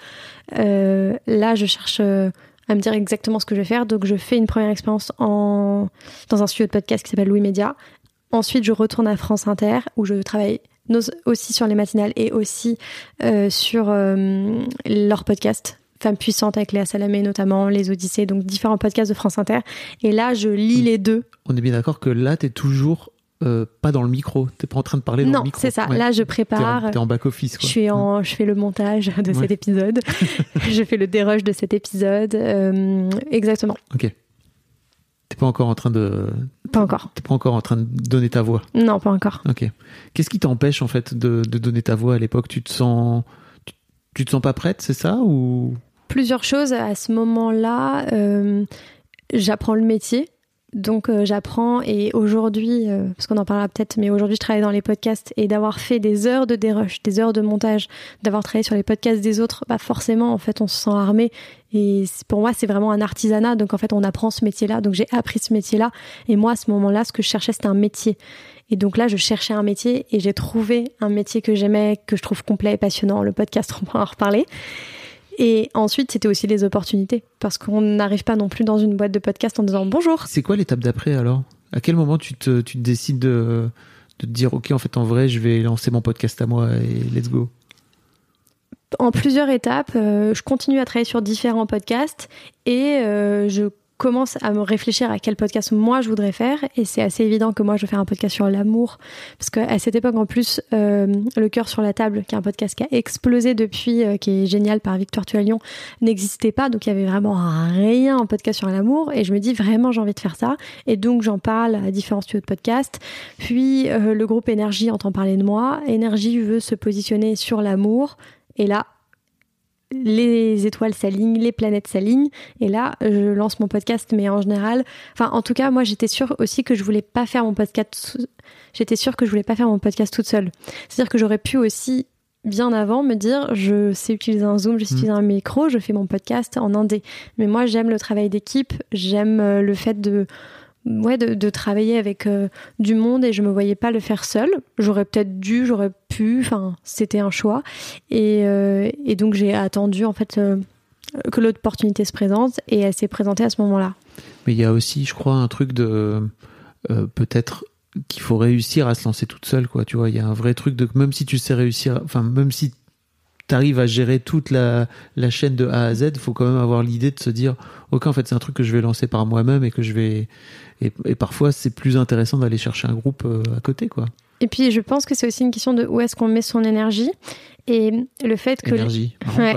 là je cherche à me dire exactement ce que je vais faire. Donc je fais une première expérience dans un studio de podcast qui s'appelle Louis Média. Ensuite, je retourne à France Inter où je travaille aussi sur les matinales et aussi sur leurs podcasts. Femmes puissantes avec Léa Salamé notamment, les Odyssées, donc différents podcasts de France Inter. Et là, je lis les deux. On est bien d'accord que là, t'es toujours pas dans le micro. T'es pas en train de parler dans le micro. Non, c'est ça. Ouais. Là, je prépare. T'es en back-office, quoi. Je fais le montage de cet épisode. Je fais le dérush de cet épisode. Exactement. Ok. T'es pas encore en train de... Pas encore. T'es pas encore en train de donner ta voix? Non, pas encore. Ok. Qu'est-ce qui t'empêche, en fait, de donner ta voix à l'époque? Tu te sens pas prête, c'est ça, ou... Plusieurs choses. À ce moment-là, j'apprends le métier. Donc j'apprends et aujourd'hui, parce qu'on en parlera peut-être, mais aujourd'hui je travaille dans les podcasts et d'avoir fait des heures de dérush, des heures de montage, d'avoir travaillé sur les podcasts des autres, bah forcément en fait on se sent armé et pour moi c'est vraiment un artisanat, donc en fait on apprend ce métier-là, donc j'ai appris ce métier-là et moi à ce moment-là ce que je cherchais c'était un métier. Et donc là, je cherchais un métier et j'ai trouvé un métier que j'aimais, que je trouve complet et passionnant. Le podcast, on pourra en reparler. Et ensuite, c'était aussi les opportunités. Parce qu'on n'arrive pas non plus dans une boîte de podcast en disant bonjour. C'est quoi l'étape d'après alors? À quel moment tu te décides de te dire ok, en fait, en vrai, je vais lancer mon podcast à moi et let's go? En plusieurs étapes, je continue à travailler sur différents podcasts et je commence à me réfléchir à quel podcast moi je voudrais faire et c'est assez évident que moi je veux faire un podcast sur l'amour parce qu'à cette époque en plus Le Cœur sur la table qui est un podcast qui a explosé depuis qui est génial par Victoire Tualion n'existait pas, donc il y avait vraiment rien en podcast sur l'amour et je me dis vraiment j'ai envie de faire ça et donc j'en parle à différents studios de podcast. Puis le groupe Énergie entend parler de moi, Énergie veut se positionner sur l'amour et là les étoiles s'alignent, les planètes s'alignent et là je lance mon podcast. Mais en général, enfin en tout cas moi j'étais sûre aussi que je voulais pas faire mon podcast toute seule. C'est-à-dire que j'aurais pu aussi bien avant me dire je sais utiliser un Zoom, je sais utiliser un micro, je fais mon podcast en indé. Mais moi j'aime le travail d'équipe, j'aime le fait de travailler avec du monde et je me voyais pas le faire seule. J'aurais peut-être dû, j'aurais pu, enfin c'était un choix et donc j'ai attendu en fait que l'opportunité se présente et elle s'est présentée à ce moment-là. Mais il y a aussi, je crois, un truc de peut-être qu'il faut réussir à se lancer toute seule, quoi. Tu vois, il y a un vrai truc de même si tu sais réussir, enfin même si t'arrives à gérer toute la chaîne de A à Z, il faut quand même avoir l'idée de se dire ok, en fait c'est un truc que je vais lancer par moi-même et que je vais et parfois c'est plus intéressant d'aller chercher un groupe à côté, quoi. Et puis je pense que c'est aussi une question de où est-ce qu'on met son énergie et le fait que énergie,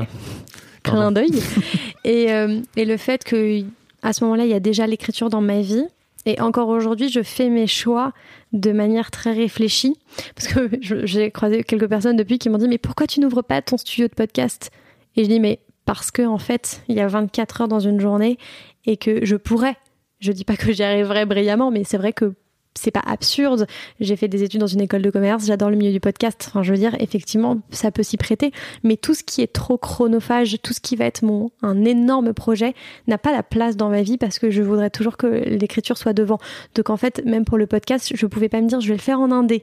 clin d'œil et le fait que à ce moment-là il y a déjà l'écriture dans ma vie. Et encore aujourd'hui, je fais mes choix de manière très réfléchie. Parce que j'ai croisé quelques personnes depuis qui m'ont dit « Mais pourquoi tu n'ouvres pas ton studio de podcast ?» Et je dis « Mais parce que en fait, il y a 24 heures dans une journée et que je pourrais. » Je dis pas que j'y arriverai brillamment, mais c'est vrai que c'est pas absurde. J'ai fait des études dans une école de commerce, j'adore le milieu du podcast. Enfin, je veux dire, effectivement, ça peut s'y prêter. Mais tout ce qui est trop chronophage, tout ce qui va être un énorme projet, n'a pas la place dans ma vie parce que je voudrais toujours que l'écriture soit devant. Donc en fait, même pour le podcast, je pouvais pas me dire je vais le faire en indé.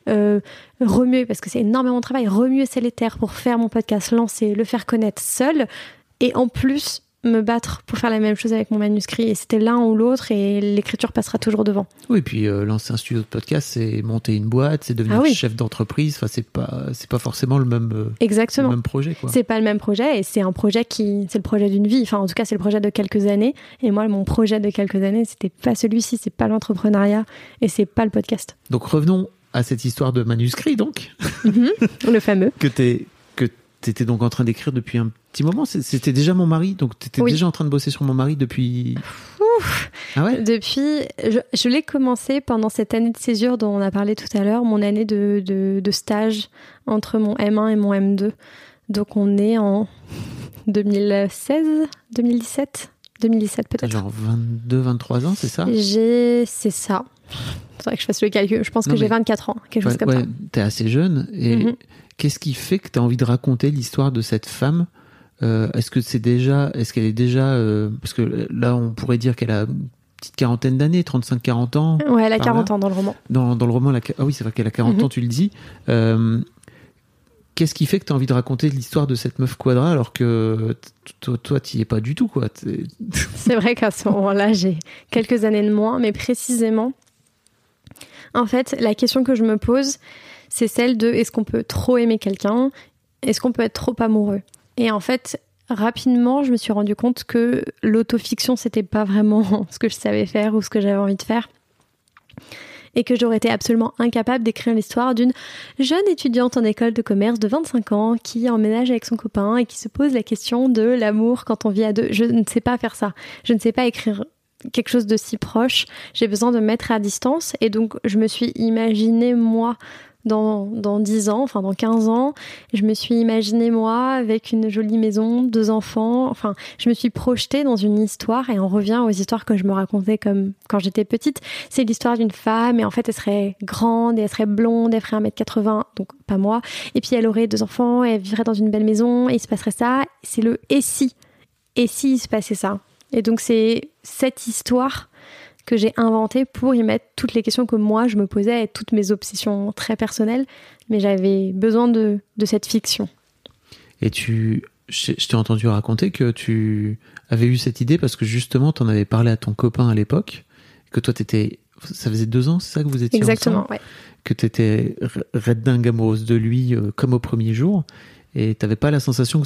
Remuer, parce que c'est énormément de travail, remuer les terres pour faire mon podcast, lancer, le faire connaître seul. Et en plus, me battre pour faire la même chose avec mon manuscrit et c'était l'un ou l'autre et l'écriture passera toujours devant. Oui, et puis lancer un studio de podcast, c'est monter une boîte, c'est devenir chef d'entreprise, enfin c'est pas forcément le même exactement. Le même projet, quoi. C'est pas le même projet et c'est un projet c'est le projet d'une vie, enfin en tout cas c'est le projet de quelques années et moi mon projet de quelques années c'était pas celui-ci, c'est pas l'entrepreneuriat et c'est pas le podcast. Donc revenons à cette histoire de manuscrit donc. Le fameux que t'étais donc en train d'écrire depuis un petit moment. C'était déjà Mon mari, donc t'étais déjà en train de bosser sur Mon mari depuis... Ouf. Ah ouais. Depuis, je l'ai commencé pendant cette année de césure dont on a parlé tout à l'heure, mon année de stage entre mon M1 et mon M2. Donc on est en 2016, 2017. 2017 peut-être. Genre 22, 23 ans, c'est ça? C'est ça. Faudrait que je fasse le calcul. Je pense que j'ai 24 ans, quelque chose comme ça. T'es assez jeune. Et qu'est-ce qui fait que t'as envie de raconter l'histoire de cette femme? Est-ce qu'elle est déjà... parce que là, on pourrait dire qu'elle a une petite quarantaine d'années, 35-40 ans. Ouais, elle a 40 ans dans le roman. Dans le roman, ah oui, c'est vrai qu'elle a 40 ans, tu le dis. Qu'est-ce qui fait que tu as envie de raconter l'histoire de cette meuf Quadra alors que toi, t'y es pas du tout, quoi? C'est vrai qu'à ce moment-là, j'ai quelques années de moins, mais précisément, en fait, la question que je me pose, c'est celle de est-ce qu'on peut trop aimer quelqu'un? Est-ce qu'on peut être trop amoureux? Et en fait, rapidement, je me suis rendu compte que l'autofiction, c'était pas vraiment ce que je savais faire ou ce que j'avais envie de faire. Et que j'aurais été absolument incapable d'écrire l'histoire d'une jeune étudiante en école de commerce de 25 ans qui emménage avec son copain et qui se pose la question de l'amour quand on vit à deux. Je ne sais pas faire ça. Je ne sais pas écrire quelque chose de si proche. J'ai besoin de me mettre à distance. Et donc, je me suis imaginée, moi, dans 10 ans, enfin dans 15 ans, je me suis imaginée moi avec une jolie maison, 2 enfants, enfin je me suis projetée dans une histoire et on revient aux histoires que je me racontais comme quand j'étais petite. C'est l'histoire d'une femme et en fait elle serait grande et elle serait blonde, elle ferait 1m80, donc pas moi, et puis elle aurait 2 enfants et elle vivrait dans une belle maison et il se passerait ça. C'est le et si il se passait ça. Et donc c'est cette histoire que j'ai inventé pour y mettre toutes les questions que moi je me posais et toutes mes obsessions très personnelles, mais j'avais besoin de cette fiction. Et je t'ai entendu raconter que tu avais eu cette idée parce que justement t'en avais parlé à ton copain à l'époque, que toi ça faisait 2 ans, c'est ça que vous étiez exactement, ensemble, ouais. Que t'étais red dingue amoureuse de lui comme au premier jour, et t'avais pas la sensation que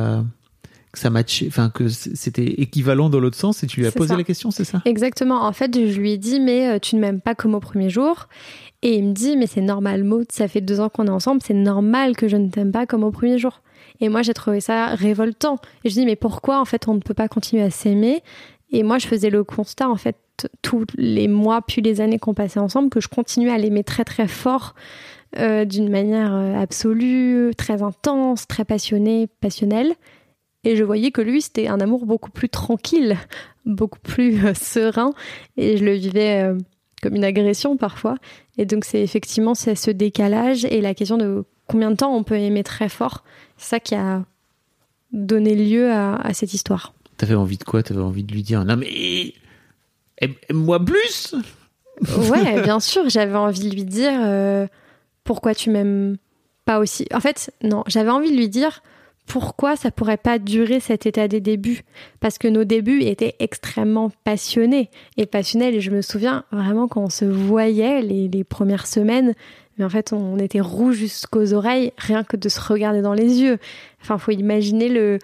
ça matchait, enfin que c'était équivalent dans l'autre sens, et tu lui as posé la question, c'est ça? Exactement. En fait, je lui ai dit mais tu ne m'aimes pas comme au premier jour, et il me dit mais c'est normal Maud, ça fait 2 ans qu'on est ensemble, c'est normal que je ne t'aime pas comme au premier jour. Et moi j'ai trouvé ça révoltant. Et je dis mais pourquoi en fait on ne peut pas continuer à s'aimer? Et moi je faisais le constat en fait tous les mois puis les années qu'on passait ensemble que je continuais à l'aimer très très fort, d'une manière absolue, très intense, très passionnelle. Et je voyais que lui, c'était un amour beaucoup plus tranquille, beaucoup plus serein. Et je le vivais comme une agression parfois. Et donc, c'est effectivement ce décalage et la question de combien de temps on peut aimer très fort. C'est ça qui a donné lieu à cette histoire. T'avais envie de quoi? T'avais envie de lui dire « Non mais, aime-moi plus !» Ouais, bien sûr. J'avais envie de lui dire pourquoi tu m'aimes pas aussi. En fait, non, j'avais envie de lui dire pourquoi ça pourrait pas durer cet état des débuts, parce que nos débuts étaient extrêmement passionnés et passionnels, et je me souviens vraiment quand on se voyait les premières semaines, mais en fait on était rouge jusqu'aux oreilles rien que de se regarder dans les yeux. Enfin, faut imaginer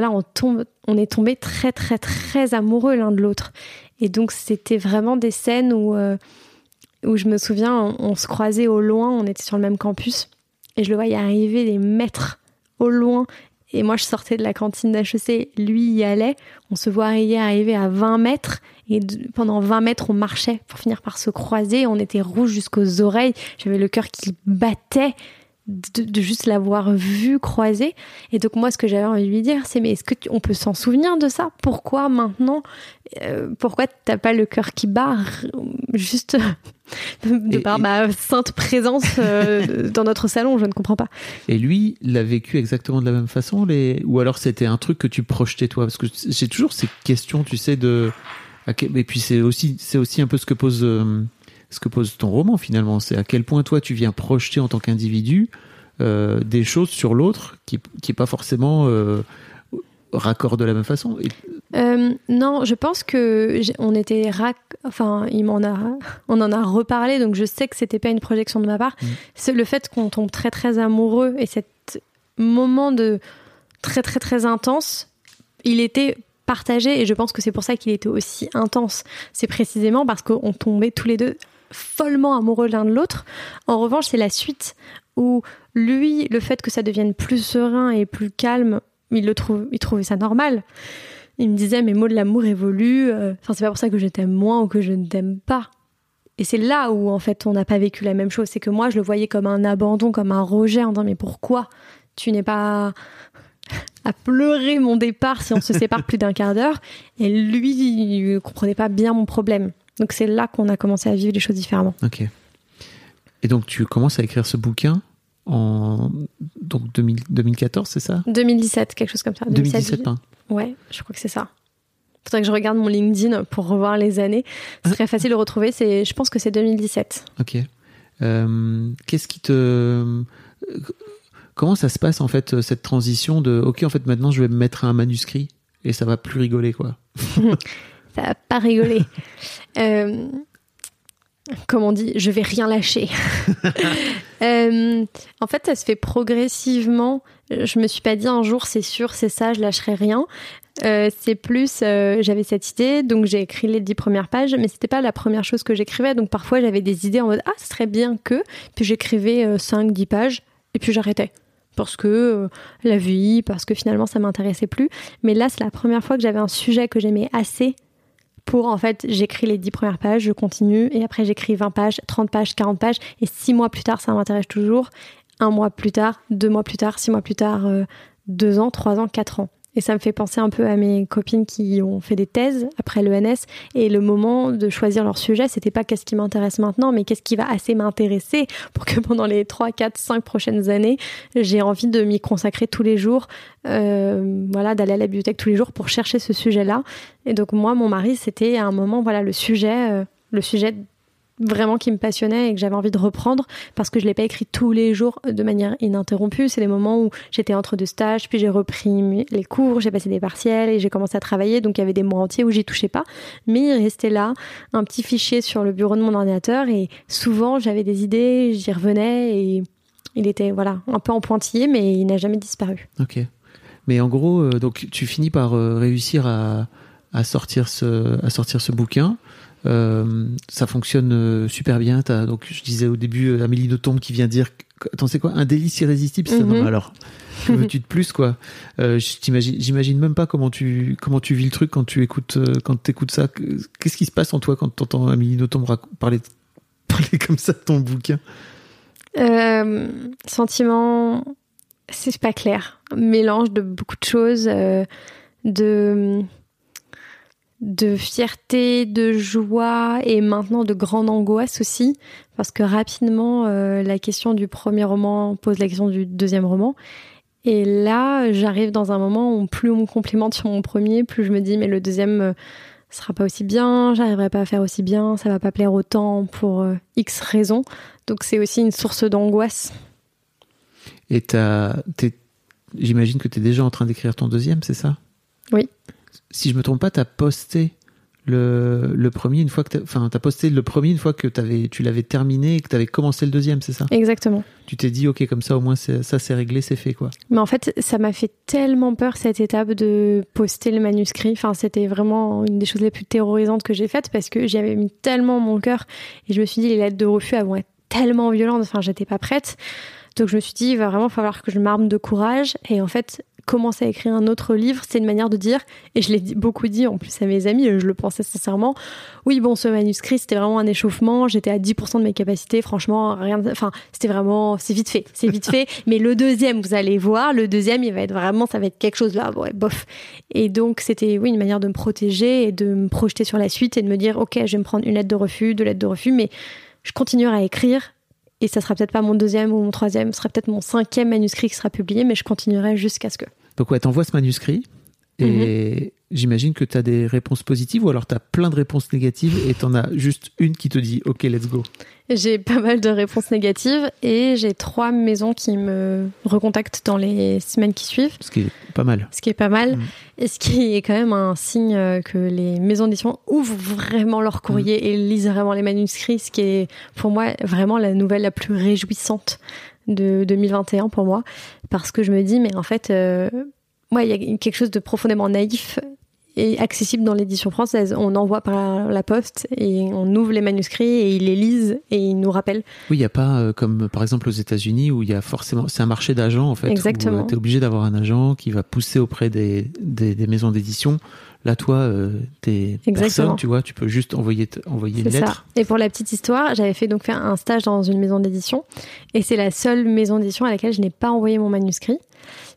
on est tombés très très très amoureux l'un de l'autre, et donc c'était vraiment des scènes où je me souviens on se croisait au loin, on était sur le même campus et je le voyais arriver des mètres au loin. Et moi, je sortais de la cantine d'HEC, lui y allait. On se voyait arriver à 20 mètres. Et pendant 20 mètres, on marchait pour finir par se croiser. On était rouge jusqu'aux oreilles. J'avais le cœur qui battait de juste l'avoir vu croiser. Et donc, moi, ce que j'avais envie de lui dire, c'est mais est-ce qu'on peut s'en souvenir de ça? Pourquoi maintenant? Pourquoi t'as pas le cœur qui bat juste par ma sainte présence dans notre salon? Je ne comprends pas. Et lui, l'a vécu exactement de la même façon, ou alors c'était un truc que tu projetais toi? Parce que j'ai toujours ces questions, tu sais, et puis c'est aussi un peu ce que pose ton roman finalement. C'est à quel point toi tu viens projeter en tant qu'individu des choses sur l'autre qui est pas forcément raccord de la même façon. Non, je pense que on en a reparlé, donc je sais que c'était pas une projection de ma part. C'est le fait qu'on tombe très très amoureux, et cet moment de très très très intense, il était partagé, et je pense que c'est pour ça qu'il était aussi intense. C'est précisément parce qu'on tombait tous les deux follement amoureux l'un de l'autre. En revanche, c'est la suite où lui, le fait que ça devienne plus serein et plus calme, il trouvait ça normal. Il me disait mais Maud, l'amour évolue, c'est pas pour ça que je t'aime moins ou que je ne t'aime pas. Et c'est là où en fait on n'a pas vécu la même chose. C'est que moi je le voyais comme un abandon, comme un rejet, en disant mais pourquoi tu n'es pas à pleurer mon départ si on se sépare plus d'1 quart d'heure. Et lui, il comprenait pas bien mon problème. Donc c'est là qu'on a commencé à vivre les choses différemment. Ok. Et donc tu commences à écrire ce bouquin en 2014, c'est ça? 2017, quelque chose comme ça. 2017, hein. Ouais, je crois que c'est ça. Faudrait que je regarde mon LinkedIn pour revoir les années. Ce serait facile de retrouver. Je pense que c'est 2017. Ok. Qu'est-ce qui te... Comment ça se passe en fait cette transition de ok, en fait maintenant je vais me mettre à un manuscrit et ça va plus rigoler quoi? Ça va pas rigoler. Comme on dit, je vais rien lâcher. En fait, ça se fait progressivement. Je me suis pas dit un jour c'est sûr, c'est ça, je lâcherai rien. C'est plus, j'avais cette idée, donc j'ai écrit les 10 premières pages, mais c'était pas la première chose que j'écrivais. Donc parfois j'avais des idées en mode ce serait bien que, puis j'écrivais 5-10 pages et puis j'arrêtais. Parce que la vie, parce que finalement ça m'intéressait plus. Mais là, c'est la première fois que j'avais un sujet que j'aimais assez pour, en fait, j'écris les 10 premières pages, je continue, et après j'écris 20 pages, 30 pages, 40 pages, et 6 mois plus tard, ça m'intéresse toujours. 1 mois plus tard, 2 mois plus tard, 6 mois plus tard, 2 ans, 3 ans, 4 ans. Et ça me fait penser un peu à mes copines qui ont fait des thèses après l'ENS. Et le moment de choisir leur sujet, c'était pas qu'est-ce qui m'intéresse maintenant, mais qu'est-ce qui va assez m'intéresser pour que pendant les 3, 4, 5 prochaines années, j'ai envie de m'y consacrer tous les jours, d'aller à la bibliothèque tous les jours pour chercher ce sujet-là. Et donc moi, mon mari, c'était à un moment, le sujet vraiment qui me passionnait et que j'avais envie de reprendre parce que je l'ai pas écrit tous les jours de manière ininterrompue. C'est des moments où j'étais entre 2 stages, puis j'ai repris les cours, j'ai passé des partiels et j'ai commencé à travailler. Donc il y avait des mois entiers où j'y touchais pas, mais il restait là un petit fichier sur le bureau de mon ordinateur et souvent j'avais des idées, j'y revenais et il était un peu en pointillé, mais il n'a jamais disparu. Ok. Mais en gros, donc tu finis par réussir à sortir ce bouquin. Ça fonctionne super bien. Donc je disais au début Amélie Nothomb qui vient dire attends, c'est quoi un délice irrésistible, c'est non, alors que veux-tu de plus quoi? J'imagine même pas comment tu vis le truc quand t'écoutes ça. Qu'est-ce qui se passe en toi quand t'entends Amélie Nothomb parler comme ça de ton bouquin? Sentiment, c'est pas clair, mélange de beaucoup de choses, de fierté, de joie et maintenant de grande angoisse aussi, parce que rapidement la question du premier roman pose la question du deuxième roman, et là j'arrive dans un moment où plus on me complimente sur mon premier, plus je me dis mais le deuxième sera pas aussi bien, j'arriverai pas à faire aussi bien, ça va pas plaire autant pour X raisons, donc c'est aussi une source d'angoisse. Et j'imagine que t'es déjà en train d'écrire ton deuxième, c'est ça? Oui. Si je me trompe pas, t'as posté le premier une fois que t'as posté le premier une fois que tu l'avais terminé et que t'avais commencé le deuxième, c'est ça? Exactement. Tu t'es dit ok, comme ça au moins ça c'est réglé, c'est fait quoi. Mais en fait, ça m'a fait tellement peur cette étape de poster le manuscrit. Enfin, c'était vraiment une des choses les plus terrorisantes que j'ai faites parce que j'y avais mis tellement mon cœur et je me suis dit les lettres de refus elles vont être tellement violentes. Enfin, j'étais pas prête. Donc je me suis dit il va vraiment falloir que je m'arme de courage et en fait commencer à écrire un autre livre, c'est une manière de dire, et je l'ai beaucoup dit en plus à mes amis, je le pensais sincèrement, oui bon ce manuscrit c'était vraiment un échauffement, j'étais à 10% de mes capacités, franchement c'était vraiment, c'est vite fait, mais le deuxième vous allez voir, le deuxième il va être vraiment, ça va être quelque chose là, ouais, bof. Et donc c'était une manière de me protéger et de me projeter sur la suite et de me dire ok je vais me prendre 1 lettre de refus, 2 lettres de refus, mais je continuerai à écrire. Et ça sera peut-être pas mon 2e ou mon 3e, ce sera peut-être mon 5e manuscrit qui sera publié, mais je continuerai jusqu'à ce que... Donc ouais, t'envoies ce manuscrit et j'imagine que t'as des réponses positives ou alors t'as plein de réponses négatives et t'en as juste une qui te dit « Ok, let's go ». J'ai pas mal de réponses négatives et j'ai 3 maisons qui me recontactent dans les semaines qui suivent. Ce qui est pas mal. Et ce qui est quand même un signe que les maisons d'édition ouvrent vraiment leur courrier et lisent vraiment les manuscrits, ce qui est pour moi vraiment la nouvelle la plus réjouissante de 2021 pour moi, parce que je me dis mais en fait il y a quelque chose de profondément naïf et accessible dans l'édition française. On envoie par la poste et on ouvre les manuscrits et ils les lisent et ils nous rappellent. Oui, il n'y a pas comme par exemple aux États-Unis où il y a forcément, c'est un marché d'agents en fait. Exactement. Où tu es obligé d'avoir un agent qui va pousser auprès des maisons d'édition. Là, toi, t'es personne, tu vois, tu peux juste envoyer une lettre. Ça. Et pour la petite histoire, j'avais fait un stage dans une maison d'édition et c'est la seule maison d'édition à laquelle je n'ai pas envoyé mon manuscrit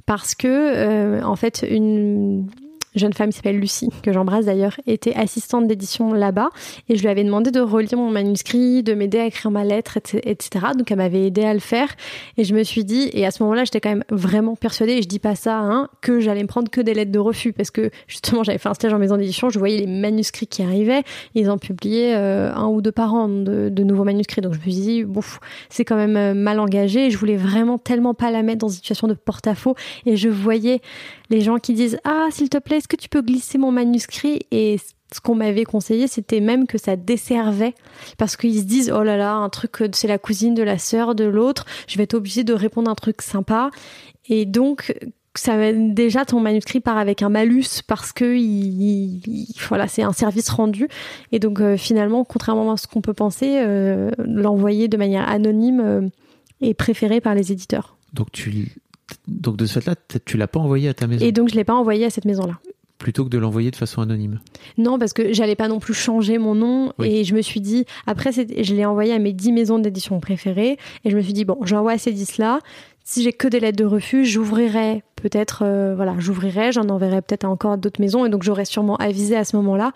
parce que en fait une jeune femme qui s'appelle Lucie, que j'embrasse d'ailleurs, était assistante d'édition là-bas, et je lui avais demandé de relire mon manuscrit, de m'aider à écrire ma lettre, etc. Donc elle m'avait aidé à le faire, et je me suis dit, et à ce moment-là j'étais quand même vraiment persuadée, et je dis pas ça, que j'allais me prendre que des lettres de refus, parce que justement j'avais fait un stage en maison d'édition, je voyais les manuscrits qui arrivaient, ils en publiaient 1 ou 2 par an de nouveaux manuscrits, donc je me suis dit, c'est quand même mal engagé, et je voulais vraiment tellement pas la mettre dans une situation de porte-à-faux, et je voyais les gens qui disent « Ah, s'il te plaît, est-ce que tu peux glisser mon manuscrit ?» Et ce qu'on m'avait conseillé, c'était même que ça desservait. Parce qu'ils se disent « Oh là là, un truc, c'est la cousine de la sœur de l'autre, je vais être obligée de répondre un truc sympa. » Et donc, déjà, ton manuscrit part avec un malus parce que voilà, c'est un service rendu. Et donc, finalement, contrairement à ce qu'on peut penser, l'envoyer de manière anonyme est préféré par les éditeurs. Donc de ce fait-là, tu l'as pas envoyé à ta maison. Et donc je l'ai pas envoyé à cette maison-là. Plutôt que de l'envoyer de façon anonyme. Non, parce que j'allais pas non plus changer mon nom. Oui. Et je me suis dit, après je l'ai envoyé à mes 10 maisons d'édition préférées. Et je me suis dit, bon, j'envoie à ces 10-là. Si j'ai que des lettres de refus, j'ouvrirai peut-être, j'en enverrai peut-être à encore d'autres maisons. Et donc j'aurais sûrement avisé à ce moment-là.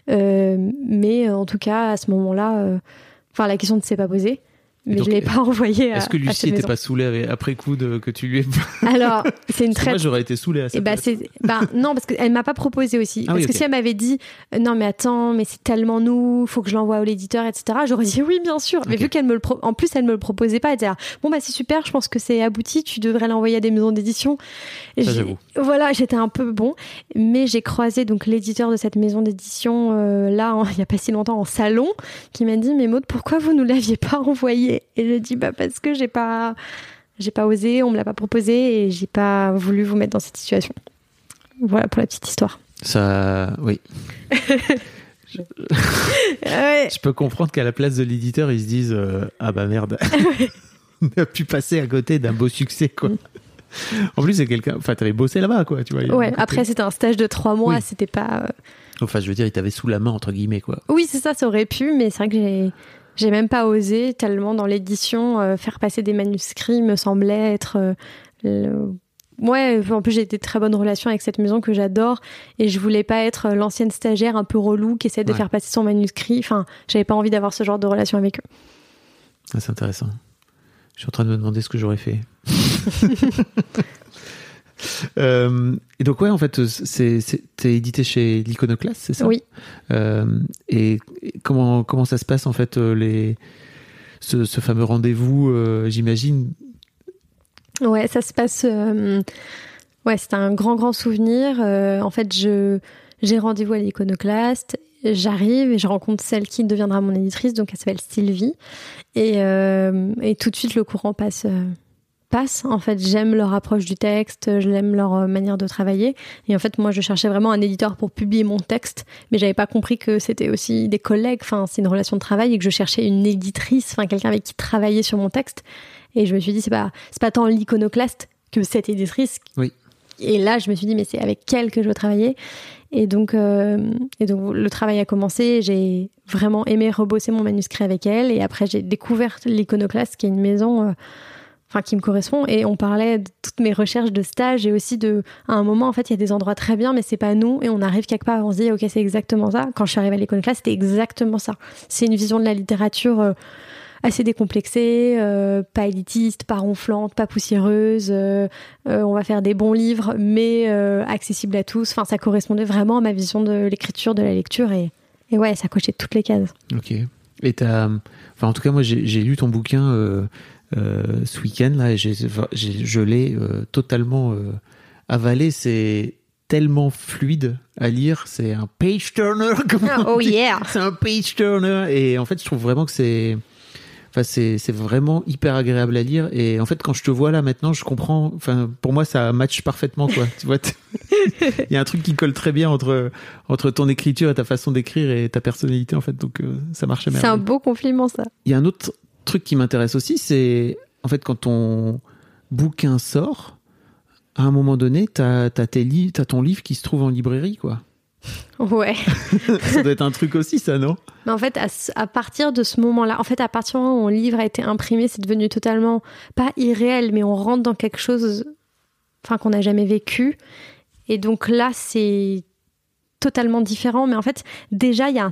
Mais en tout cas, à ce moment-là, la question ne s'est pas posée. Mais donc, je ne l'ai pas envoyé à Est-ce que Lucie n'était pas saoulée après coup que tu lui aies... Alors, c'est une Moi, j'aurais été saoulée à cette place. Non, parce qu'elle ne m'a pas proposé aussi. Parce que si elle m'avait dit « Non, mais attends, mais c'est tellement nous, il faut que je l'envoie à l'éditeur, etc. » J'aurais dit « Oui, bien sûr. » Mais vu qu'elle en plus, elle ne me le proposait pas, elle disait « Bon, c'est super, je pense que c'est abouti, tu devrais l'envoyer à des maisons d'édition. » Ça, j'avoue. Voilà, j'étais un peu bon. Mais j'ai croisé donc l'éditeur de cette maison d'édition, il n'y a pas si longtemps, en salon, qui m'a dit « Mais Maud, pourquoi vous ne nous l'aviez pas envoyé ?» Et je dis parce que j'ai pas osé, on me l'a pas proposé et j'ai pas voulu vous mettre dans cette situation. Voilà pour la petite histoire. Ça, oui. Je peux comprendre qu'à la place de l'éditeur, ils se disent ah bah merde, on a pu passer à côté d'un beau succès quoi. En plus c'est quelqu'un, t'avais bossé là-bas quoi, tu vois. Ouais. Après c'était un stage de 3 mois, oui. C'était pas. Je veux dire, il t'avait sous la main entre guillemets quoi. Oui c'est ça aurait pu, mais c'est vrai que j'ai même pas osé tellement dans l'édition faire passer des manuscrits me semblait être en plus j'ai des très bonnes relations avec cette maison que j'adore et je voulais pas être l'ancienne stagiaire un peu relou qui essaie de faire passer son manuscrit, j'avais pas envie d'avoir ce genre de relation avec eux. Ah, c'est intéressant. Je suis en train de me demander ce que j'aurais fait. Et donc en fait t'es édité chez l'Iconoclaste, c'est ça? Oui. Et comment ça se passe en fait ce fameux rendez-vous, j'imagine? Ouais, ça se passe. C'est un grand souvenir. En fait, j'ai rendez-vous à l'Iconoclaste. J'arrive et je rencontre celle qui deviendra mon éditrice, donc elle s'appelle Sylvie. Et tout de suite le courant passe. En fait, j'aime leur approche du texte, j'aime leur manière de travailler. Et en fait, moi, je cherchais vraiment un éditeur pour publier mon texte, mais j'avais pas compris que c'était aussi des collègues. C'est une relation de travail et que je cherchais une éditrice, quelqu'un avec qui travailler sur mon texte. Et je me suis dit, c'est pas tant l'Iconoclaste que cette éditrice. Oui. Et là, je me suis dit, mais c'est avec elle que je veux travailler. Et donc le travail a commencé. J'ai vraiment aimé rebosser mon manuscrit avec elle. Et après, j'ai découvert l'Iconoclaste, qui est une maison qui me correspond. Et on parlait de toutes mes recherches de stage et aussi à un moment, en fait, il y a des endroits très bien, mais c'est pas nous. Et on arrive quelque part, on se dit, ok, c'est exactement ça. Quand je suis arrivée à l'Iconoclaste, c'était exactement ça. C'est une vision de la littérature assez décomplexée, pas élitiste, pas ronflante, pas poussiéreuse. On va faire des bons livres, mais accessibles à tous. Ça correspondait vraiment à ma vision de l'écriture, de la lecture. Et ouais, ça cochait toutes les cases. Ok. Et en tout cas, moi, j'ai lu ton bouquin ce week-end là, et je l'ai totalement avalé. C'est tellement fluide à lire, c'est un page turner comme on dit. Yeah. C'est un page turner et en fait je trouve vraiment que c'est vraiment hyper agréable à lire et en fait quand je te vois là maintenant je comprends, pour moi ça match parfaitement quoi. Tu vois, il y a un truc qui colle très bien entre ton écriture et ta façon d'écrire et ta personnalité en fait, donc ça marche à merveille. C'est un beau compliment ça. Il y a un autre truc qui m'intéresse aussi, c'est en fait quand ton bouquin sort, à un moment donné, t'as ton livre qui se trouve en librairie, quoi. Ouais. Ça doit être un truc aussi, ça, non? Mais en fait, à partir de ce moment-là, à partir du moment où mon livre a été imprimé, c'est devenu totalement, pas irréel, mais on rentre dans quelque chose qu'on n'a jamais vécu. Et donc là, c'est totalement différent. Mais en fait, déjà, il y a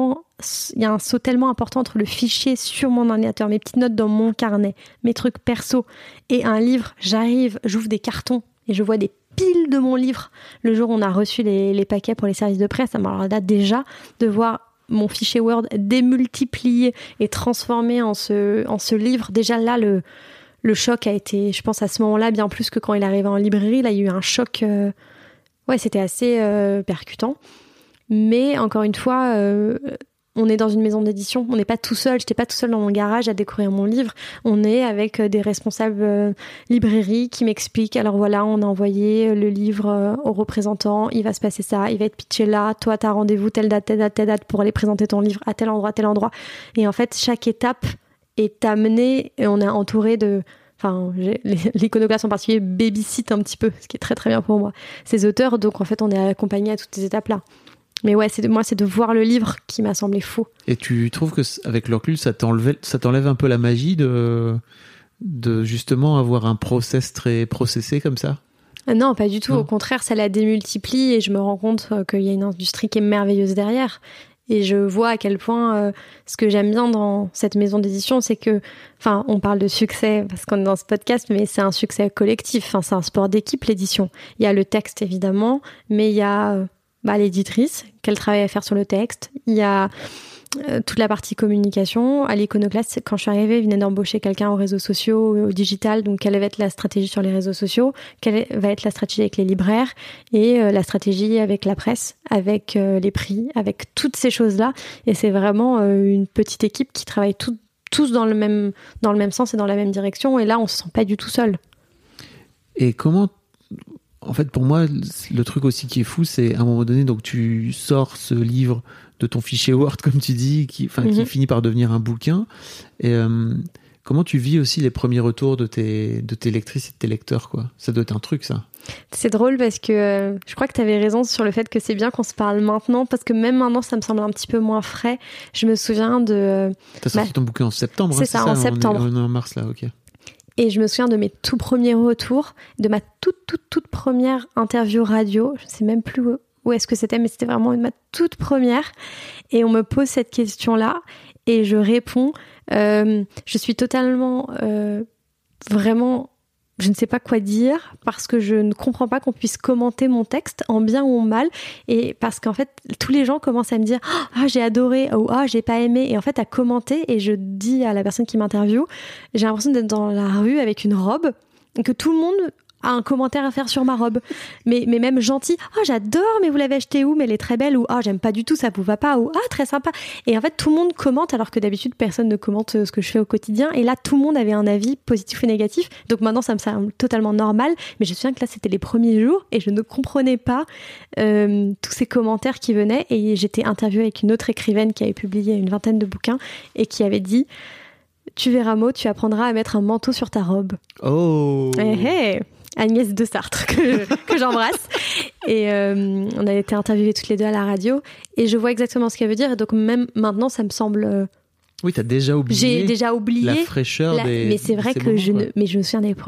un saut tellement important entre le fichier sur mon ordinateur, mes petites notes dans mon carnet, mes trucs perso, et un livre. J'ouvre des cartons et je vois des piles de mon livre. Le jour où on a reçu les paquets pour les services de presse, alors là, déjà, de voir mon fichier Word démultiplié et transformé en ce livre, déjà là, le choc a été, je pense, à ce moment-là, bien plus que quand il arrivait en librairie. Là, il y a eu un choc. C'était assez percutant. Mais encore une fois, on est dans une maison d'édition. On n'est pas tout seul. J'étais pas tout seul dans mon garage à découvrir mon livre. On est avec des responsables librairie qui m'expliquent. Alors voilà, on a envoyé le livre au représentant. Il va se passer ça. Il va être pitché là. Toi, t'as rendez-vous telle date pour aller présenter ton livre à tel endroit. Et en fait, chaque étape est amenée et on est entouré de... l'iconoclaste en particulier babysit un petit peu, ce qui est très très bien pour moi, ces auteurs. Donc en fait, on est accompagné à toutes ces étapes-là. Mais ouais, c'est de voir le livre qui m'a semblé fou. Et tu trouves que avec le recul, ça t'enlève un peu la magie de justement avoir un process très processé comme ça? Non, pas du tout. Non. Au contraire, ça la démultiplie et je me rends compte qu'il y a une industrie qui est merveilleuse derrière. Et je vois à quel point ce que j'aime bien dans cette maison d'édition, c'est que, on parle de succès parce qu'on est dans ce podcast, mais c'est un succès collectif. C'est un sport d'équipe, l'édition. Il y a le texte, évidemment, mais il y a l'éditrice, quel travail à faire sur le texte. Il y a toute la partie communication. À l'Iconoclaste, quand je suis arrivée, ils venaient d'embaucher quelqu'un aux réseaux sociaux, au digital. Donc, quelle va être la stratégie sur les réseaux sociaux? Quelle va être la stratégie avec les libraires? Et la stratégie avec la presse, avec les prix, avec toutes ces choses-là. Et c'est vraiment une petite équipe qui travaille tous dans le même sens et dans la même direction. Et là, on se sent pas du tout seul. Et comment... En fait, pour moi, le truc aussi qui est fou, c'est à un moment donné, donc tu sors ce livre de ton fichier Word, comme tu dis, qui finit par devenir un bouquin. Et comment tu vis aussi les premiers retours de tes lectrices et de tes lecteurs, quoi? Ça doit être un truc, ça. C'est drôle parce que je crois que tu avais raison sur le fait que c'est bien qu'on se parle maintenant, parce que même maintenant, ça me semble un petit peu moins frais. Je me souviens de... T'as sorti ton bouquin en septembre, c'est ça, en septembre. On est en mars, là, ok. Et je me souviens de mes tout premiers retours, de ma toute première interview radio. Je ne sais même plus où est-ce que c'était, mais c'était vraiment ma toute première. Et on me pose cette question-là et je réponds. Je suis totalement, vraiment... Je ne sais pas quoi dire parce que je ne comprends pas qu'on puisse commenter mon texte en bien ou en mal, et parce qu'en fait tous les gens commencent à me dire ah j'ai adoré ou ah j'ai pas aimé, et en fait à commenter, et je dis à la personne qui m'interviewe, j'ai l'impression d'être dans la rue avec une robe et que tout le monde a un commentaire à faire sur ma robe, mais même gentil. Ah j'adore, mais vous l'avez achetée où? Mais elle est très belle. Ou ah j'aime pas du tout, ça vous va pas. Ou ah très sympa. Et en fait tout le monde commente, alors que d'habitude personne ne commente ce que je fais au quotidien. Et là tout le monde avait un avis positif ou négatif. Donc maintenant ça me semble totalement normal. Mais je me souviens que là c'était les premiers jours et je ne comprenais pas tous ces commentaires qui venaient. Et j'étais interviewée avec une autre écrivaine qui avait publié une 20aine de bouquins et qui avait dit: tu verras Maud, tu apprendras à mettre un manteau sur ta robe. Oh. Hey. Agnès de Sartre, que j'embrasse. Et on a été interviewées toutes les deux à la radio. Et je vois exactement ce qu'elle veut dire. Et donc même maintenant, ça me semble... Oui, t'as déjà oublié. J'ai déjà oublié la fraîcheur des... Mais c'est vrai que je me souviens des...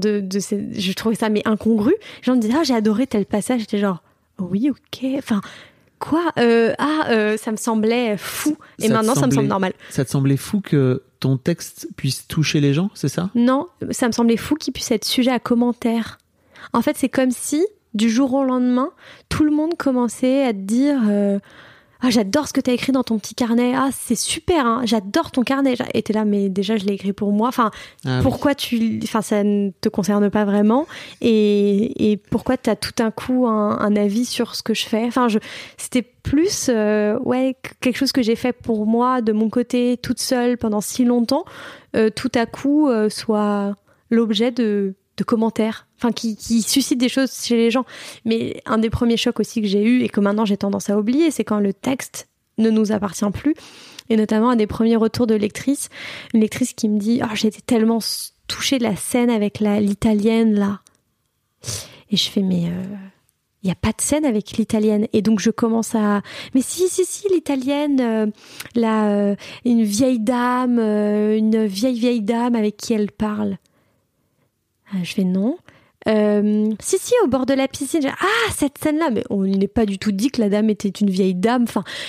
je trouvais ça incongru. Les gens me disaient, j'ai adoré tel passage. J'étais genre, oui, ok. Quoi ça me semblait fou. Et maintenant, ça me semble normal. Ça te semblait fou que ton texte puisse toucher les gens, c'est ça? Non, ça me semblait fou qu'il puisse être sujet à commentaires. En fait, c'est comme si, du jour au lendemain, tout le monde commençait à te dire j'adore ce que t'as écrit dans ton petit carnet. Ah, c'est super, hein, j'adore ton carnet. Et t'es là, mais déjà, je l'ai écrit pour moi. Pourquoi ça ne te concerne pas vraiment? Et pourquoi t'as tout un coup un avis sur ce que je fais? C'était plus quelque chose que j'ai fait pour moi, de mon côté, toute seule, pendant si longtemps, tout à coup soit l'objet de commentaires, qui suscitent des choses chez les gens. Mais un des premiers chocs aussi que j'ai eu, et que maintenant j'ai tendance à oublier, c'est quand le texte ne nous appartient plus. Et notamment un des premiers retours de lectrice, une lectrice qui me dit « j'ai été tellement touchée de la scène avec l'italienne, là. » Et je fais « mais il n'y a pas de scène avec l'italienne. » Et donc je commence à... « Mais si, l'italienne, une vieille dame, une vieille dame avec qui elle parle. » Je fais non. Si, au bord de la piscine. Cette scène-là, mais on n'est pas du tout dit que la dame était une vieille dame,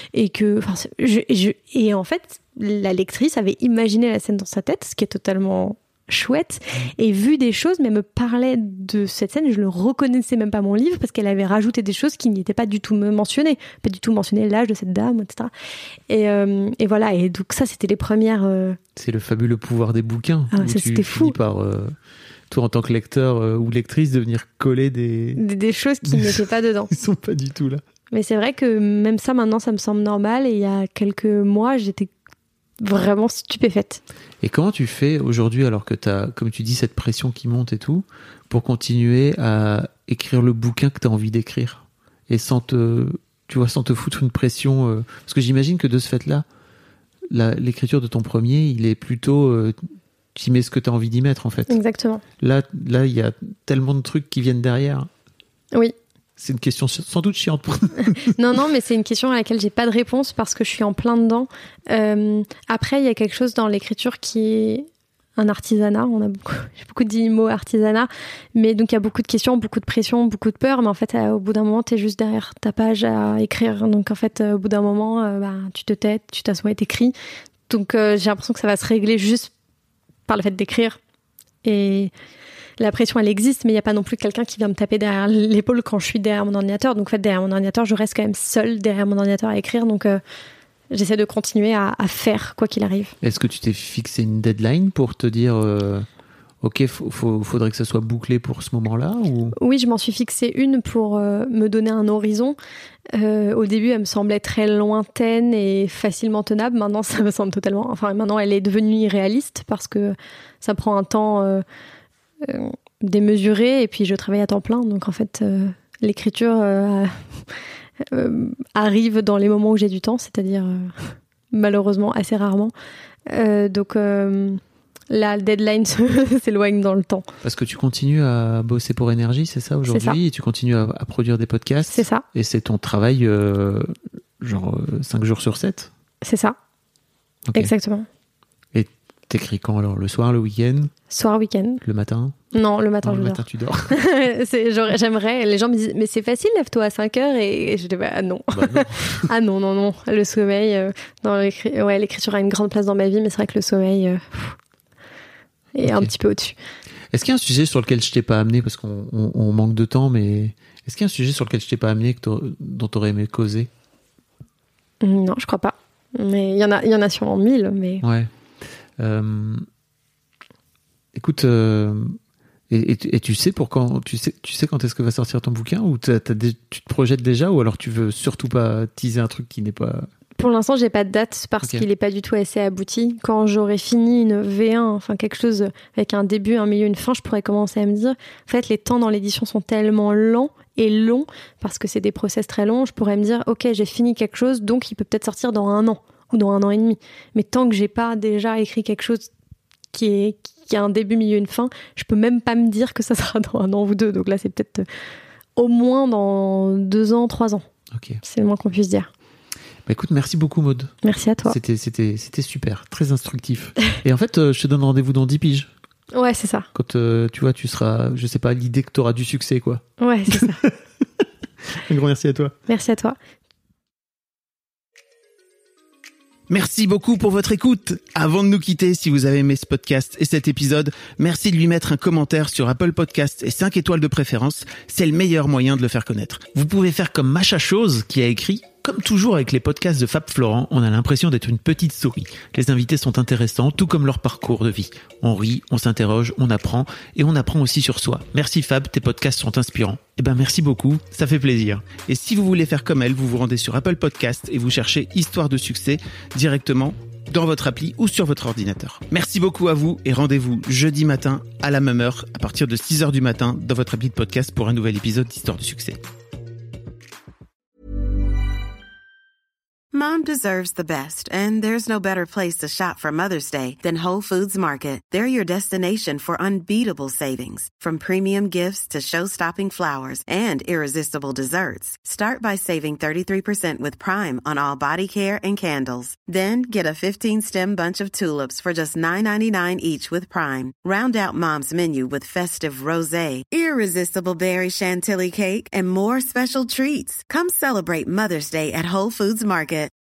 et en fait, la lectrice avait imaginé la scène dans sa tête, ce qui est totalement chouette, et vu des choses, mais elle me parlait de cette scène, je ne reconnaissais même pas mon livre, parce qu'elle avait rajouté des choses qui n'étaient pas du tout mentionnées, pas du tout mentionné l'âge de cette dame, etc. Et voilà, et donc ça, c'était les premières... C'est le fabuleux pouvoir des bouquins. C'était fou. Finis par, toi, en tant que lecteur ou lectrice, de venir coller des choses qui n'étaient pas dedans. Ils sont pas du tout là. Mais c'est vrai que même ça, maintenant, ça me semble normal, et il y a quelques mois, j'étais vraiment stupéfaite. Et comment tu fais aujourd'hui, alors que tu as, comme tu dis, cette pression qui monte et tout, pour continuer à écrire le bouquin que tu as envie d'écrire et sans te foutre une pression parce que j'imagine que de ce fait-là, l'écriture de ton premier, il est plutôt... tu y mets ce que tu as envie d'y mettre, en fait. Exactement. Là, il y a tellement de trucs qui viennent derrière. Oui. C'est une question sans doute chiante pour Non, mais c'est une question à laquelle j'ai pas de réponse parce que je suis en plein dedans. Après, il y a quelque chose dans l'écriture qui est un artisanat. J'ai beaucoup dit mots artisanat, mais donc il y a beaucoup de questions, beaucoup de pression, beaucoup de peur. Mais en fait, au bout d'un moment, t'es juste derrière ta page à écrire. Donc en fait, au bout d'un moment, tu te tais, tu t'assois et t'écris. Donc j'ai l'impression que ça va se régler juste par le fait d'écrire. Et la pression, elle existe, mais il n'y a pas non plus quelqu'un qui vient me taper derrière l'épaule quand je suis derrière mon ordinateur. Donc, en fait, derrière mon ordinateur, je reste quand même seule derrière mon ordinateur à écrire. Donc, j'essaie de continuer à faire quoi qu'il arrive. Est-ce que tu t'es fixé une deadline pour te dire OK, faudrait que ça soit bouclé pour ce moment-là ou... Oui, je m'en suis fixé une pour me donner un horizon. Au début, elle me semblait très lointaine et facilement tenable. Maintenant, ça me semble totalement... maintenant, elle est devenue irréaliste parce que ça prend un temps... démesuré, et puis je travaille à temps plein, donc en fait l'écriture arrive dans les moments où j'ai du temps, c'est-à-dire malheureusement assez rarement, donc la deadline s'éloigne dans le temps. Parce que tu continues à bosser pour Énergie, c'est ça aujourd'hui? C'est ça. Et tu continues à produire des podcasts? C'est ça. Et c'est ton travail 5 jours sur 7? C'est ça. Okay. Exactement. Et t'écris quand alors? Le soir, le week-end? Soir, week-end. Le matin? Non, le matin, le matin, tu dors. J'aimerais. Les gens me disent, mais c'est facile, lève-toi à 5h. Et je dis, non. Non. Non. Le sommeil, l'écriture a une grande place dans ma vie, mais c'est vrai que le sommeil est un petit peu au-dessus. Est-ce qu'il y a un sujet sur lequel je t'ai pas amené, parce qu'on manque de temps, mais est-ce qu'il y a un sujet sur lequel je t'ai pas amené dont t'aurais aimé causer? Non, je crois pas. Mais il y en a sûrement 1000, mais... Ouais. Écoute, et tu sais pour quand tu sais quand est-ce que va sortir ton bouquin, ou tu te projettes déjà, ou alors tu veux surtout pas teaser un truc qui n'est pas... Pour l'instant, j'ai pas de date parce qu'il est pas du tout assez abouti. Quand j'aurai fini une V1, quelque chose avec un début, un milieu, une fin, je pourrais commencer à me dire, en fait, les temps dans l'édition sont tellement lents et longs parce que c'est des process très longs. Je pourrais me dire, ok, j'ai fini quelque chose, donc il peut peut-être sortir dans 1 an ou dans 1 an et demi. Mais tant que j'ai pas déjà écrit quelque chose qui a un début, milieu, une fin, je peux même pas me dire que ça sera dans 1 an ou 2. Donc là, c'est peut-être au moins dans 2 ans, 3 ans. Okay. C'est le moins qu'on puisse dire. Bah écoute, merci beaucoup Maud. Merci à toi. C'était super, très instructif. Et en fait, je te donne rendez-vous dans 10 piges. Ouais, c'est ça. Quand tu vois, tu seras, je sais pas, l'idée que tu auras du succès, quoi. Ouais, c'est ça. Un grand merci à toi. Merci à toi. Merci beaucoup pour votre écoute. Avant de nous quitter, si vous avez aimé ce podcast et cet épisode, merci de lui mettre un commentaire sur Apple Podcasts et 5 étoiles de préférence. C'est le meilleur moyen de le faire connaître. Vous pouvez faire comme Macha Chose qui a écrit: comme toujours avec les podcasts de Fab Florent, on a l'impression d'être une petite souris. Les invités sont intéressants, tout comme leur parcours de vie. On rit, on s'interroge, on apprend, et on apprend aussi sur soi. Merci Fab, tes podcasts sont inspirants. Merci beaucoup, ça fait plaisir. Et si vous voulez faire comme elle, vous vous rendez sur Apple Podcasts et vous cherchez Histoire de succès directement dans votre appli ou sur votre ordinateur. Merci beaucoup à vous et rendez-vous jeudi matin à la même heure, à partir de 6h du matin, dans votre appli de podcast pour un nouvel épisode d'Histoire de succès. Mom deserves the best, and there's no better place to shop for Mother's Day than Whole Foods Market. They're your destination for unbeatable savings, from premium gifts to show-stopping flowers and irresistible desserts. Start by saving 33% with Prime on all body care and candles. Then get a 15-stem bunch of tulips for just $9.99 each with Prime. Round out Mom's menu with festive rosé, irresistible berry chantilly cake, and more special treats. Come celebrate Mother's Day at Whole Foods Market.